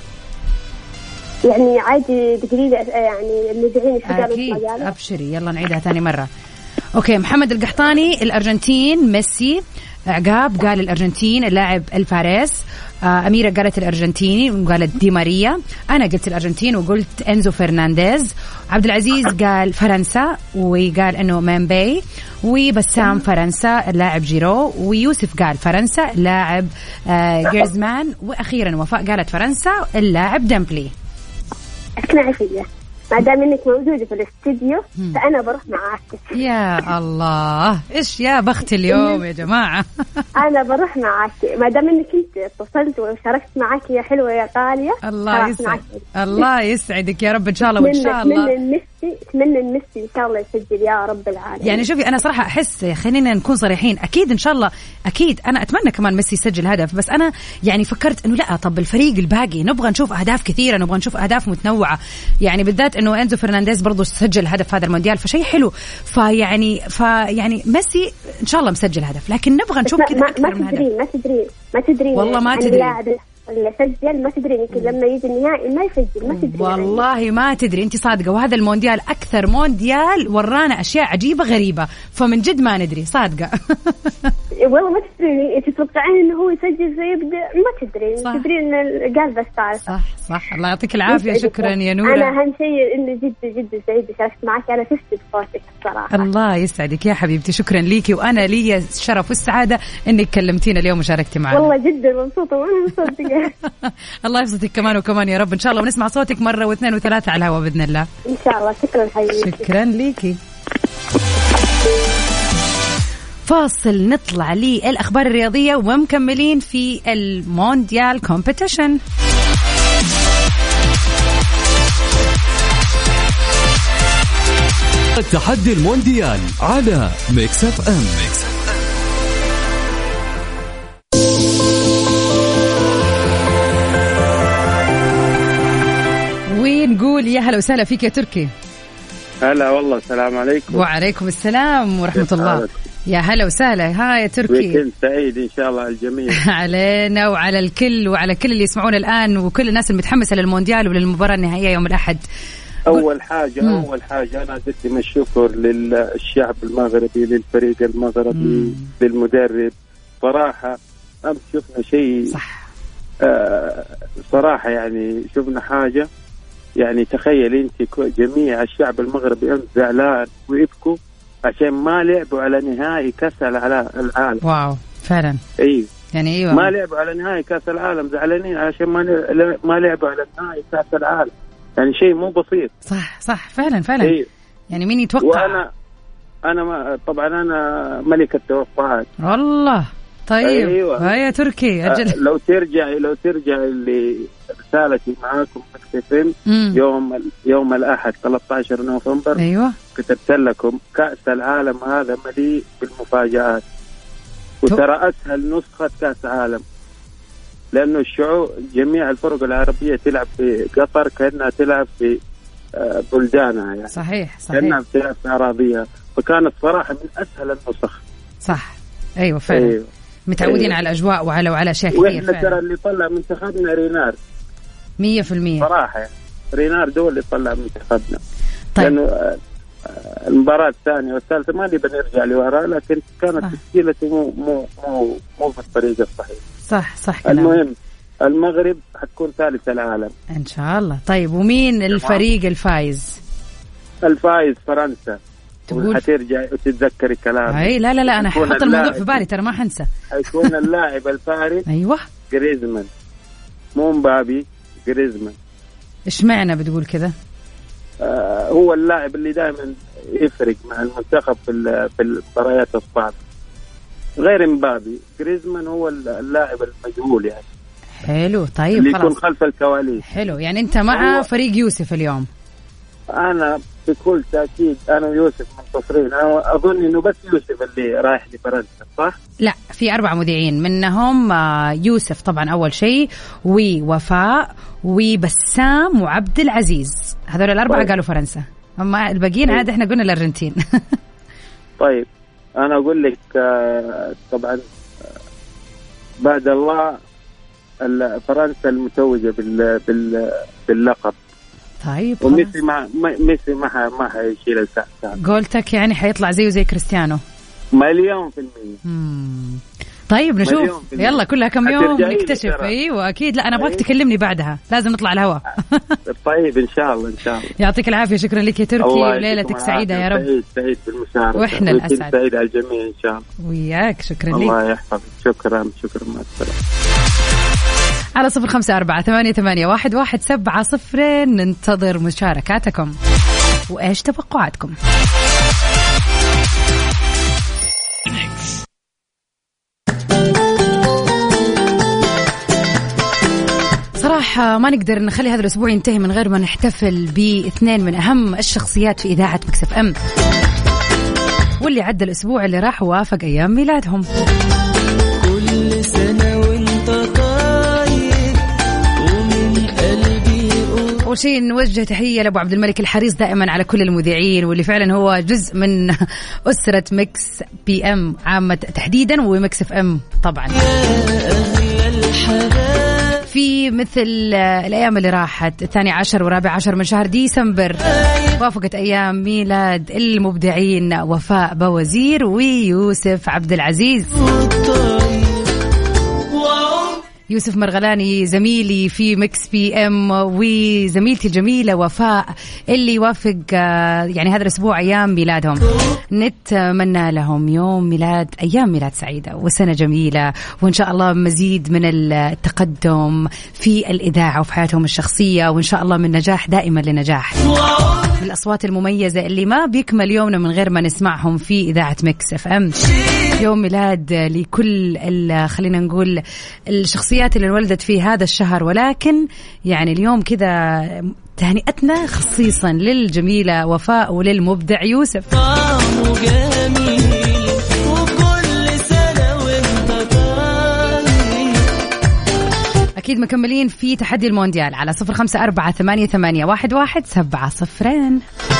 Speaker 8: يعني عادي تقولي لي يعني المذيعين
Speaker 2: أكيد. أبشري يلا نعيدها ثاني مرة. أوكي، محمد القحطاني الأرجنتين ميسي، عقاب قال الأرجنتين اللاعب الفارس، أميرة قالت الأرجنتيني وقالت دي ماريا، أنا قلت الأرجنتين وقلت إنزو فرنانديز، عبد العزيز قال فرنسا وقال إنه مامبي، وبسام فرنسا اللاعب جيرو، ويوسف قال فرنسا اللاعب جيرزمان، وأخيرا وفاء قالت فرنسا اللاعب ديمبلي.
Speaker 8: اسمعي فيا، ما دام انك موجوده في الاستديو فانا بروح معاك.
Speaker 2: يا الله ايش يا بخت اليوم يا جماعه.
Speaker 8: انا بروح معاك ما دام انك انت اتصلت وشاركت معاك يا حلوه يا غاليه.
Speaker 2: الله يسعدك. الله يسعدك يا رب ان شاء الله. وان شاء الله
Speaker 8: اتمنى الميسي ان شاء الله يسجل يا رب العالمين.
Speaker 2: يعني شوفي انا صراحه احس، خلينا نكون صريحين، اكيد ان شاء الله اكيد انا اتمنى كمان ميسي يسجل هدف، بس انا يعني فكرت انه لا، طب الفريق الباقي نبغى نشوف اهداف كثيره، نبغى نشوف اهداف متنوعه، يعني بالذات انه انزو فرنانديز برضو سجل هدف هذا المونديال، فشيء حلو. فيعني ميسي ان شاء الله مسجل هدف، لكن نبغى نشوف كذا اكثر من هدف.
Speaker 8: ما تدري
Speaker 2: والله ما تدري
Speaker 8: اللي سجل، ما تدري يمكن لما يجي النهائي ما يسجل، ما تدري
Speaker 2: والله ما تدري. انت صادقه، وهذا المونديال اكثر مونديال ورانا اشياء عجيبه غريبه، فمن جد ما ندري صادقه.
Speaker 8: والله ما تدري، تتوقعين انه هو يسجل فيبدا، ما تدري صح. تدري ان القلب استعصى.
Speaker 2: صح الله يعطيك العافيه. شكرا يا نورة.
Speaker 8: انا اهم شيء انه جدا سعيده شاركت معك، انا فزت بصوتك الصراحه.
Speaker 2: الله يسعدك يا حبيبتي، شكرا ليكي، وانا لي الشرف والسعاده انك كلمتينا اليوم وشاركتي معنا.
Speaker 8: والله جدا مبسوطه وانا مصدقه.
Speaker 2: الله يبسطك كمان وكمان يا رب ان شاء الله، ونسمع صوتك مره واثنين وثلاثه على الهواء باذن الله
Speaker 8: ان شاء الله. شكرا حبيبتي.
Speaker 2: شكرا ليكي. فاصل نطلع للأخبار الرياضية ومكملين في المونديال كومبيتيشن.
Speaker 1: التحدي المونديال على ميكس اف ام.
Speaker 2: ونقول يا هلا وسهلا فيك يا تركي.
Speaker 4: هلا والله، السلام عليكم.
Speaker 2: وعليكم السلام ورحمة الله. يا هلا وسهلا. ها يا تركي،
Speaker 4: ويكند سعيد إن شاء الله على الجميع.
Speaker 2: علينا وعلى الكل، وعلى كل اللي يسمعون الآن، وكل الناس المتحمسة للمونديال وللمباراة النهائية يوم الأحد.
Speaker 4: أول حاجة أنا أقدم الشكر للشعب المغربي، للفريق المغربي، للمدرب. صراحة أمس شفنا شيء صح. صراحة يعني شفنا حاجة، يعني تخيل أنت جميع الشعب المغربي أمس زعلان ويبكوا عشان ما لعبوا على نهائي كأس العالم.
Speaker 2: واو فعلا.
Speaker 4: أيوة
Speaker 2: يعني أيوة،
Speaker 4: ما لعبوا على نهائي كأس العالم، زعلانين عشان ما لعبوا على نهائي كأس العالم. يعني شيء مو بسيط.
Speaker 2: صح فعلا.
Speaker 4: أيوة.
Speaker 2: يعني مين يتوقع؟
Speaker 4: أنا طبعا أنا ملك التوقعات
Speaker 2: والله. طيب
Speaker 4: أيوة.
Speaker 2: يا تركي أجل.
Speaker 4: لو ترجع لرسالتي معاكم مكتفين يوم الأحد 13 نوفمبر.
Speaker 2: أيوة.
Speaker 4: كتبت لكم كأس العالم هذا مليء بالمفاجآت، وترى أسهل نسخة كأس عالم، لأنه الشعوب جميع الفرق العربية تلعب في قطر كأنها تلعب في بلدانها يعني.
Speaker 2: صحيح.
Speaker 4: كأنها تلعب في أراضيها، فكانت صراحة من أسهل النسخ.
Speaker 2: صح. أيوة فعلا. أيوة. متعودين على الأجواء وعلى أشياء كثير.
Speaker 4: وإحنا ترى اللي طلع منتخبنا رينار
Speaker 2: 100%
Speaker 4: صراحة. رينار دول اللي طلع منتخبنا.
Speaker 2: طيب.
Speaker 4: لأنه المباراة الثانية والثالثة ما نبي نرجع لورا، لكن كانت تشكيلته مو بالطريقة الصحيحة.
Speaker 2: صح
Speaker 4: المهم المغرب حتكون ثالث العالم
Speaker 2: إن شاء الله. طيب ومين الفريق الفائز؟
Speaker 4: الفائز فرنسا. حترجع وتتذكر الكلام.
Speaker 2: اي لا انا حط الموضوع في بالي ترى ما حنسى.
Speaker 4: حيكون اللاعب الفارس
Speaker 2: ايوه
Speaker 4: جريزمان، مو مبابي، جريزمان.
Speaker 2: ايش معنى بتقول كذا؟
Speaker 4: هو اللاعب اللي دائما يفرق مع المنتخب في المباريات الصعبة، غير مبابي. جريزمان هو اللاعب المجهول يعني.
Speaker 2: حلو. طيب
Speaker 4: اللي يكون خلف الكواليس.
Speaker 2: حلو. يعني انت مع فريق يوسف اليوم؟
Speaker 4: أنا بكل تأكيد أنا ويوسف منتصرين. أنا أظن إنه بس يوسف اللي رايح لفرنسا، صح؟
Speaker 2: لا، في 4 مذيعين، منهم يوسف طبعا أول شيء، ووفاء وبسام وعبد العزيز. هذول الأربعة طيب. قالوا فرنسا، أما الباقيين عاد إحنا قلنا الأرجنتين.
Speaker 4: طيب أنا أقول لك طبعا بعد الله فرنسا المتوجة باللقب.
Speaker 2: طيب
Speaker 4: وميسي ما حيشيل الكأس.
Speaker 2: قولتك يعني حيطلع زي كريستيانو
Speaker 4: 100%.
Speaker 2: طيب نشوف. يلا كلها كم يوم نكتشف. ايوه اكيد. لا انا ابغاك تكلمني بعدها، لازم نطلع الهواء.
Speaker 4: طيب ان شاء الله.
Speaker 2: يعطيك العافيه. شكرا لك يا تركي، وليلتك سعيده يا رب.
Speaker 4: سعيد بالمشاركه،
Speaker 2: واحنا الاسعد.
Speaker 4: سعيد على الجميع ان شاء الله.
Speaker 2: وياك. شكرا لك.
Speaker 4: الله يحفظك. شكرا مع السلامه.
Speaker 2: على 0548811700 ننتظر مشاركاتكم وإيش توقعاتكم. صراحة ما نقدر نخلي هذا الأسبوع ينتهي من غير ما نحتفل باثنين من أهم الشخصيات في إذاعة مكس اف ام، واللي عدى الأسبوع اللي راح ووافق أيام ميلادهم.
Speaker 9: كل سنة وانت طيب ومن قلبي.
Speaker 2: أول شيء نوجه تحية لأبو عبد الملك الحريص دائما على كل المذيعين، واللي فعلا هو جزء من أسرة مكس بي ام عامة تحديدا، ومكس اف ام طبعا. في مثل الأيام اللي راحت 12 و14 من شهر ديسمبر وافقت أيام ميلاد المبدعين وفاء بوزير ويوسف عبد العزيز. يوسف مرغلاني زميلي في مكس بي ام، وزميلتي الجميلة وفاء اللي يوافق يعني هذا الأسبوع أيام ميلادهم. نتمنى لهم يوم ميلاد أيام ميلاد سعيدة وسنة جميلة، وإن شاء الله مزيد من التقدم في الإذاعة وفي حياتهم الشخصية، وإن شاء الله من نجاح دائما لنجاح. الأصوات المميزة اللي ما بيكمل يومنا من غير ما نسمعهم في إذاعة مكس اف ام. يوم ميلاد لكل خلينا نقول الشخصيات اللي انولدت في هذا الشهر، ولكن يعني اليوم كذا تهنئتنا خصيصا للجميلة وفاء وللمبدع يوسف. أكيد مكملين في تحدي المونديال على 0548811700.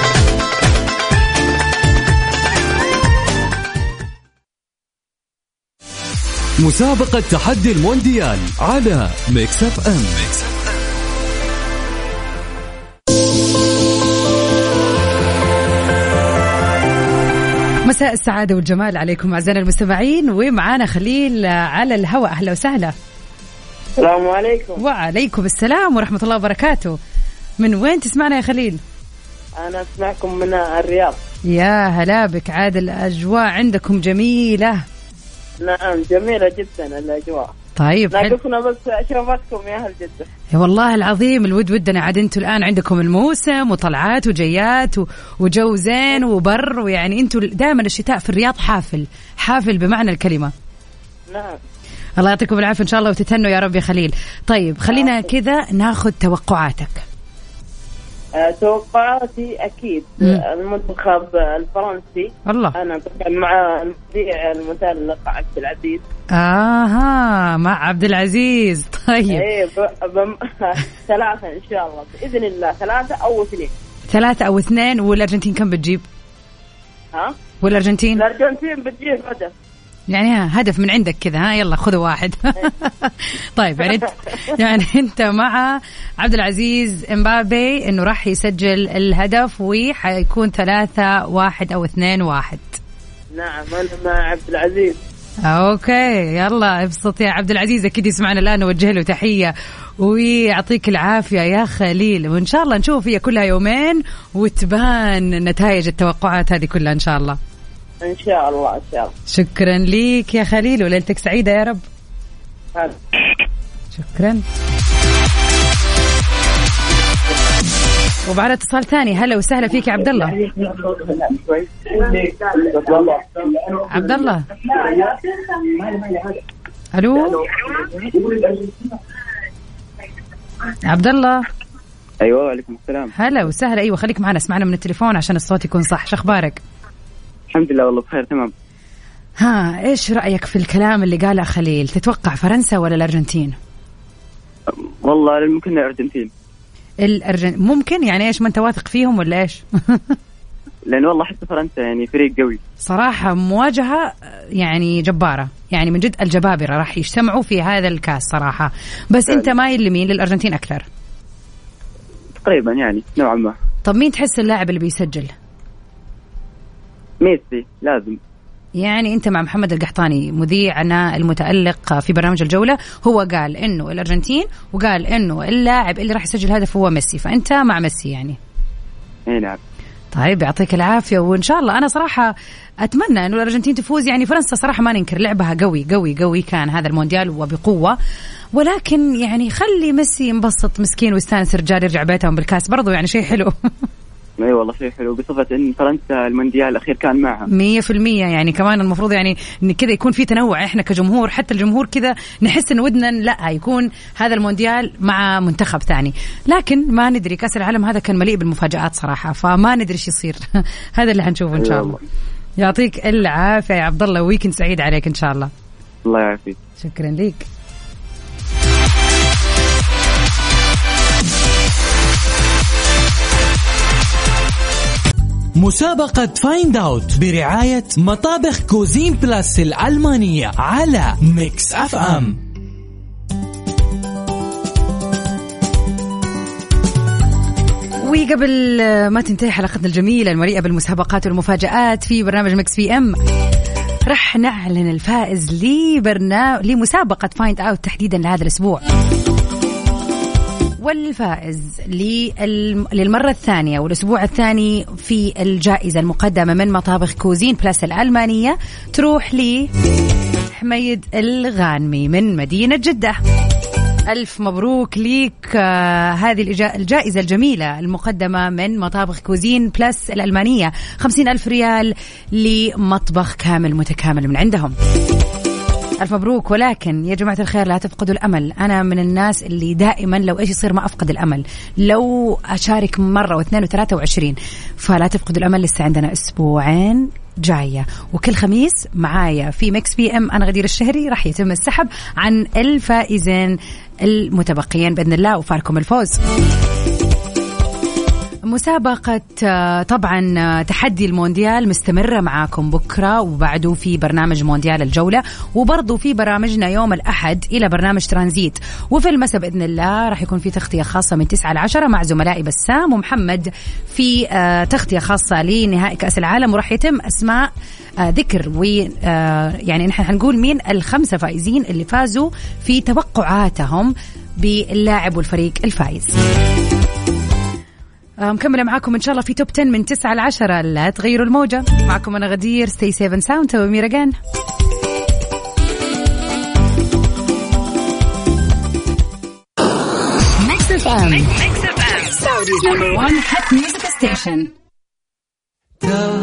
Speaker 1: مسابقة تحدي المونديال على ميكس اف ام.
Speaker 2: مساء السعادة والجمال عليكم أعزائنا المستمعين، ومعانا خليل على الهواء. أهلا وسهلا.
Speaker 10: السلام عليكم.
Speaker 2: وعليكم السلام ورحمة الله وبركاته. من وين تسمعنا يا خليل؟
Speaker 10: أنا أسمعكم من الرياض.
Speaker 2: يا هلا بك. عاد الأجواء عندكم جميلة؟
Speaker 10: نعم جميلة جدا الأجواء.
Speaker 2: طيب
Speaker 10: ناقصنا بس شرفتكم يا أهل جدة.
Speaker 2: والله العظيم الود ودنا عاد انتوا الآن عندكم الموسم وطلعات وجيات وجو زين وبر، ويعني انتوا دائما الشتاء في الرياض حافل بمعنى الكلمة.
Speaker 10: نعم.
Speaker 2: الله يعطيكم العافية إن شاء الله وتتهنوا يا رب يا خليل. طيب خلينا كذا ناخذ توقعاتك.
Speaker 10: توقعاتي أكيد المنتخب الفرنسي.
Speaker 2: الله.
Speaker 10: أنا طبعا مع المذيع المتألق عبد العزيز.
Speaker 2: مع عبد العزيز. طيب.
Speaker 10: إيه 3 إن شاء الله بإذن الله، 3 أو 2.
Speaker 2: 3 أو 2. والأرجنتين كم بتجيب؟
Speaker 10: الأرجنتين بتجيب هدف.
Speaker 2: يعني هدف من عندك كذا، يلا خذوا واحد. طيب يعني انت مع عبد العزيز امبابي انه راح يسجل الهدف وحيكون 3-1 او 2-1.
Speaker 10: نعم انا مع عبد العزيز.
Speaker 2: اوكي يلا ابسط يا عبد العزيز، اكيد يسمعنا الان، نوجه له تحيه ويعطيك العافيه يا خليل، وان شاء الله نشوف هي كلها يومين وتبان نتائج التوقعات هذه كلها ان شاء الله.
Speaker 10: إن شاء الله.
Speaker 2: شكرا ليك يا خليل وليلتك سعيدة يا رب. شكرا. وبعد اتصال ثاني. هلا وسهلا فيك يا عبد الله. عبد الله الو عبد الله.
Speaker 6: ايوه وعليكم السلام.
Speaker 2: هلا وسهلا. ايوه خليك معنا، اسمعنا من التليفون عشان الصوت يكون صح. شو اخبارك؟
Speaker 6: الحمد لله والله بخير تمام.
Speaker 2: ايش رأيك في الكلام اللي قاله خليل؟ تتوقع فرنسا ولا الأرجنتين؟
Speaker 6: والله ممكن الأرجنتين.
Speaker 2: ممكن يعني ايش، ما انت واثق فيهم ولا ايش؟
Speaker 6: لأن والله حتى فرنسا يعني فريق قوي
Speaker 2: صراحة، مواجهة يعني جبارة، يعني من جد الجبابرة راح يجتمعوا في هذا الكاس صراحة. بس انت مايل لمين؟ للأرجنتين أكثر
Speaker 6: تقريبا يعني نوعا ما.
Speaker 2: طب مين تحس اللاعب اللي بيسجل؟
Speaker 6: ميسي لازم.
Speaker 2: يعني أنت مع محمد القحطاني مذيعنا المتألق في برنامج الجولة، هو قال إنه الأرجنتين وقال إنه اللاعب اللي راح يسجل هدف هو ميسي، فأنت مع ميسي يعني.
Speaker 6: إيه نعم.
Speaker 2: طيب يعطيك العافية وإن شاء الله. أنا صراحة أتمنى إنه الأرجنتين تفوز، يعني فرنسا صراحة ما ننكر لعبها قوي قوي قوي كان هذا المونديال وبقوة، ولكن يعني خلي ميسي ينبسط مسكين ويستانس، رجال يرجع بيتهم بالكاس برضو يعني شيء حلو.
Speaker 6: اي والله شيء حلو، بصفة ان فرنسا المونديال الاخير كان معها
Speaker 2: 100%. يعني كمان المفروض يعني ان كذا يكون في تنوع، احنا كجمهور حتى الجمهور كذا نحس ان ودنا لا يكون هذا المونديال مع منتخب ثاني، لكن ما ندري. كاس العالم هذا كان مليء بالمفاجآت صراحة، فما ندري ايش يصير. هذا اللي حنشوفه ان شاء الله. يعطيك العافية يا عبد الله، ويكند سعيد عليك ان شاء الله.
Speaker 6: الله يعافيك.
Speaker 2: شكرا ليك.
Speaker 3: مسابقة فايند اوت برعاية مطابخ كوزين بلاس الألمانية على ميكس اف ام.
Speaker 2: وقبل ما تنتهي حلقتنا الجميلة المليئة بالمسابقات والمفاجآت في برنامج ميكس في ام، رح نعلن الفائز لمسابقة فايند اوت تحديدا لهذا الأسبوع. والفائز للمرة الثانية والأسبوع الثاني في الجائزة المقدمة من مطابخ كوزين بلاس الألمانية تروح لي حميد الغانمي من مدينة جدة. ألف مبروك ليك هذه الجائزة الجميلة المقدمة من مطابخ كوزين بلاس الألمانية، 50,000 ريال لمطبخ كامل متكامل من عندهم. ألف مبروك. ولكن يا جماعة الخير لا تفقدوا الأمل. أنا من الناس اللي دائما لو إيش يصير ما أفقد الأمل، لو أشارك مرة واثنين وثلاثة وعشرين، فلا تفقدوا الأمل. لسه عندنا أسبوعين جاية، وكل خميس معايا في ميكس بي ام أنا غدير الشهري راح يتم السحب عن الفائزين المتبقيين بإذن الله وفاركم الفوز. مسابقة طبعا تحدي المونديال مستمرة معاكم بكرة وبعده في برنامج مونديال الجولة، وبرضو في برامجنا يوم الأحد إلى برنامج ترانزيت، وفي المساء بإذن الله راح يكون في تغطية خاصة من 9 ل 10 مع زملائي بسام ومحمد في تغطية خاصة لنهائي كأس العالم، وراح يتم أسماء ذكر يعني نحن هنقول مين ال5 فائزين اللي فازوا في توقعاتهم باللاعب والفريق الفائز. مكملة معاكم إن شاء الله في توب 10 من 9 ل 10. لا تغيروا الموجة. معكم أنا غدير. Stay safe and sound. وميرا جان. ام Saudi's number one hit music station.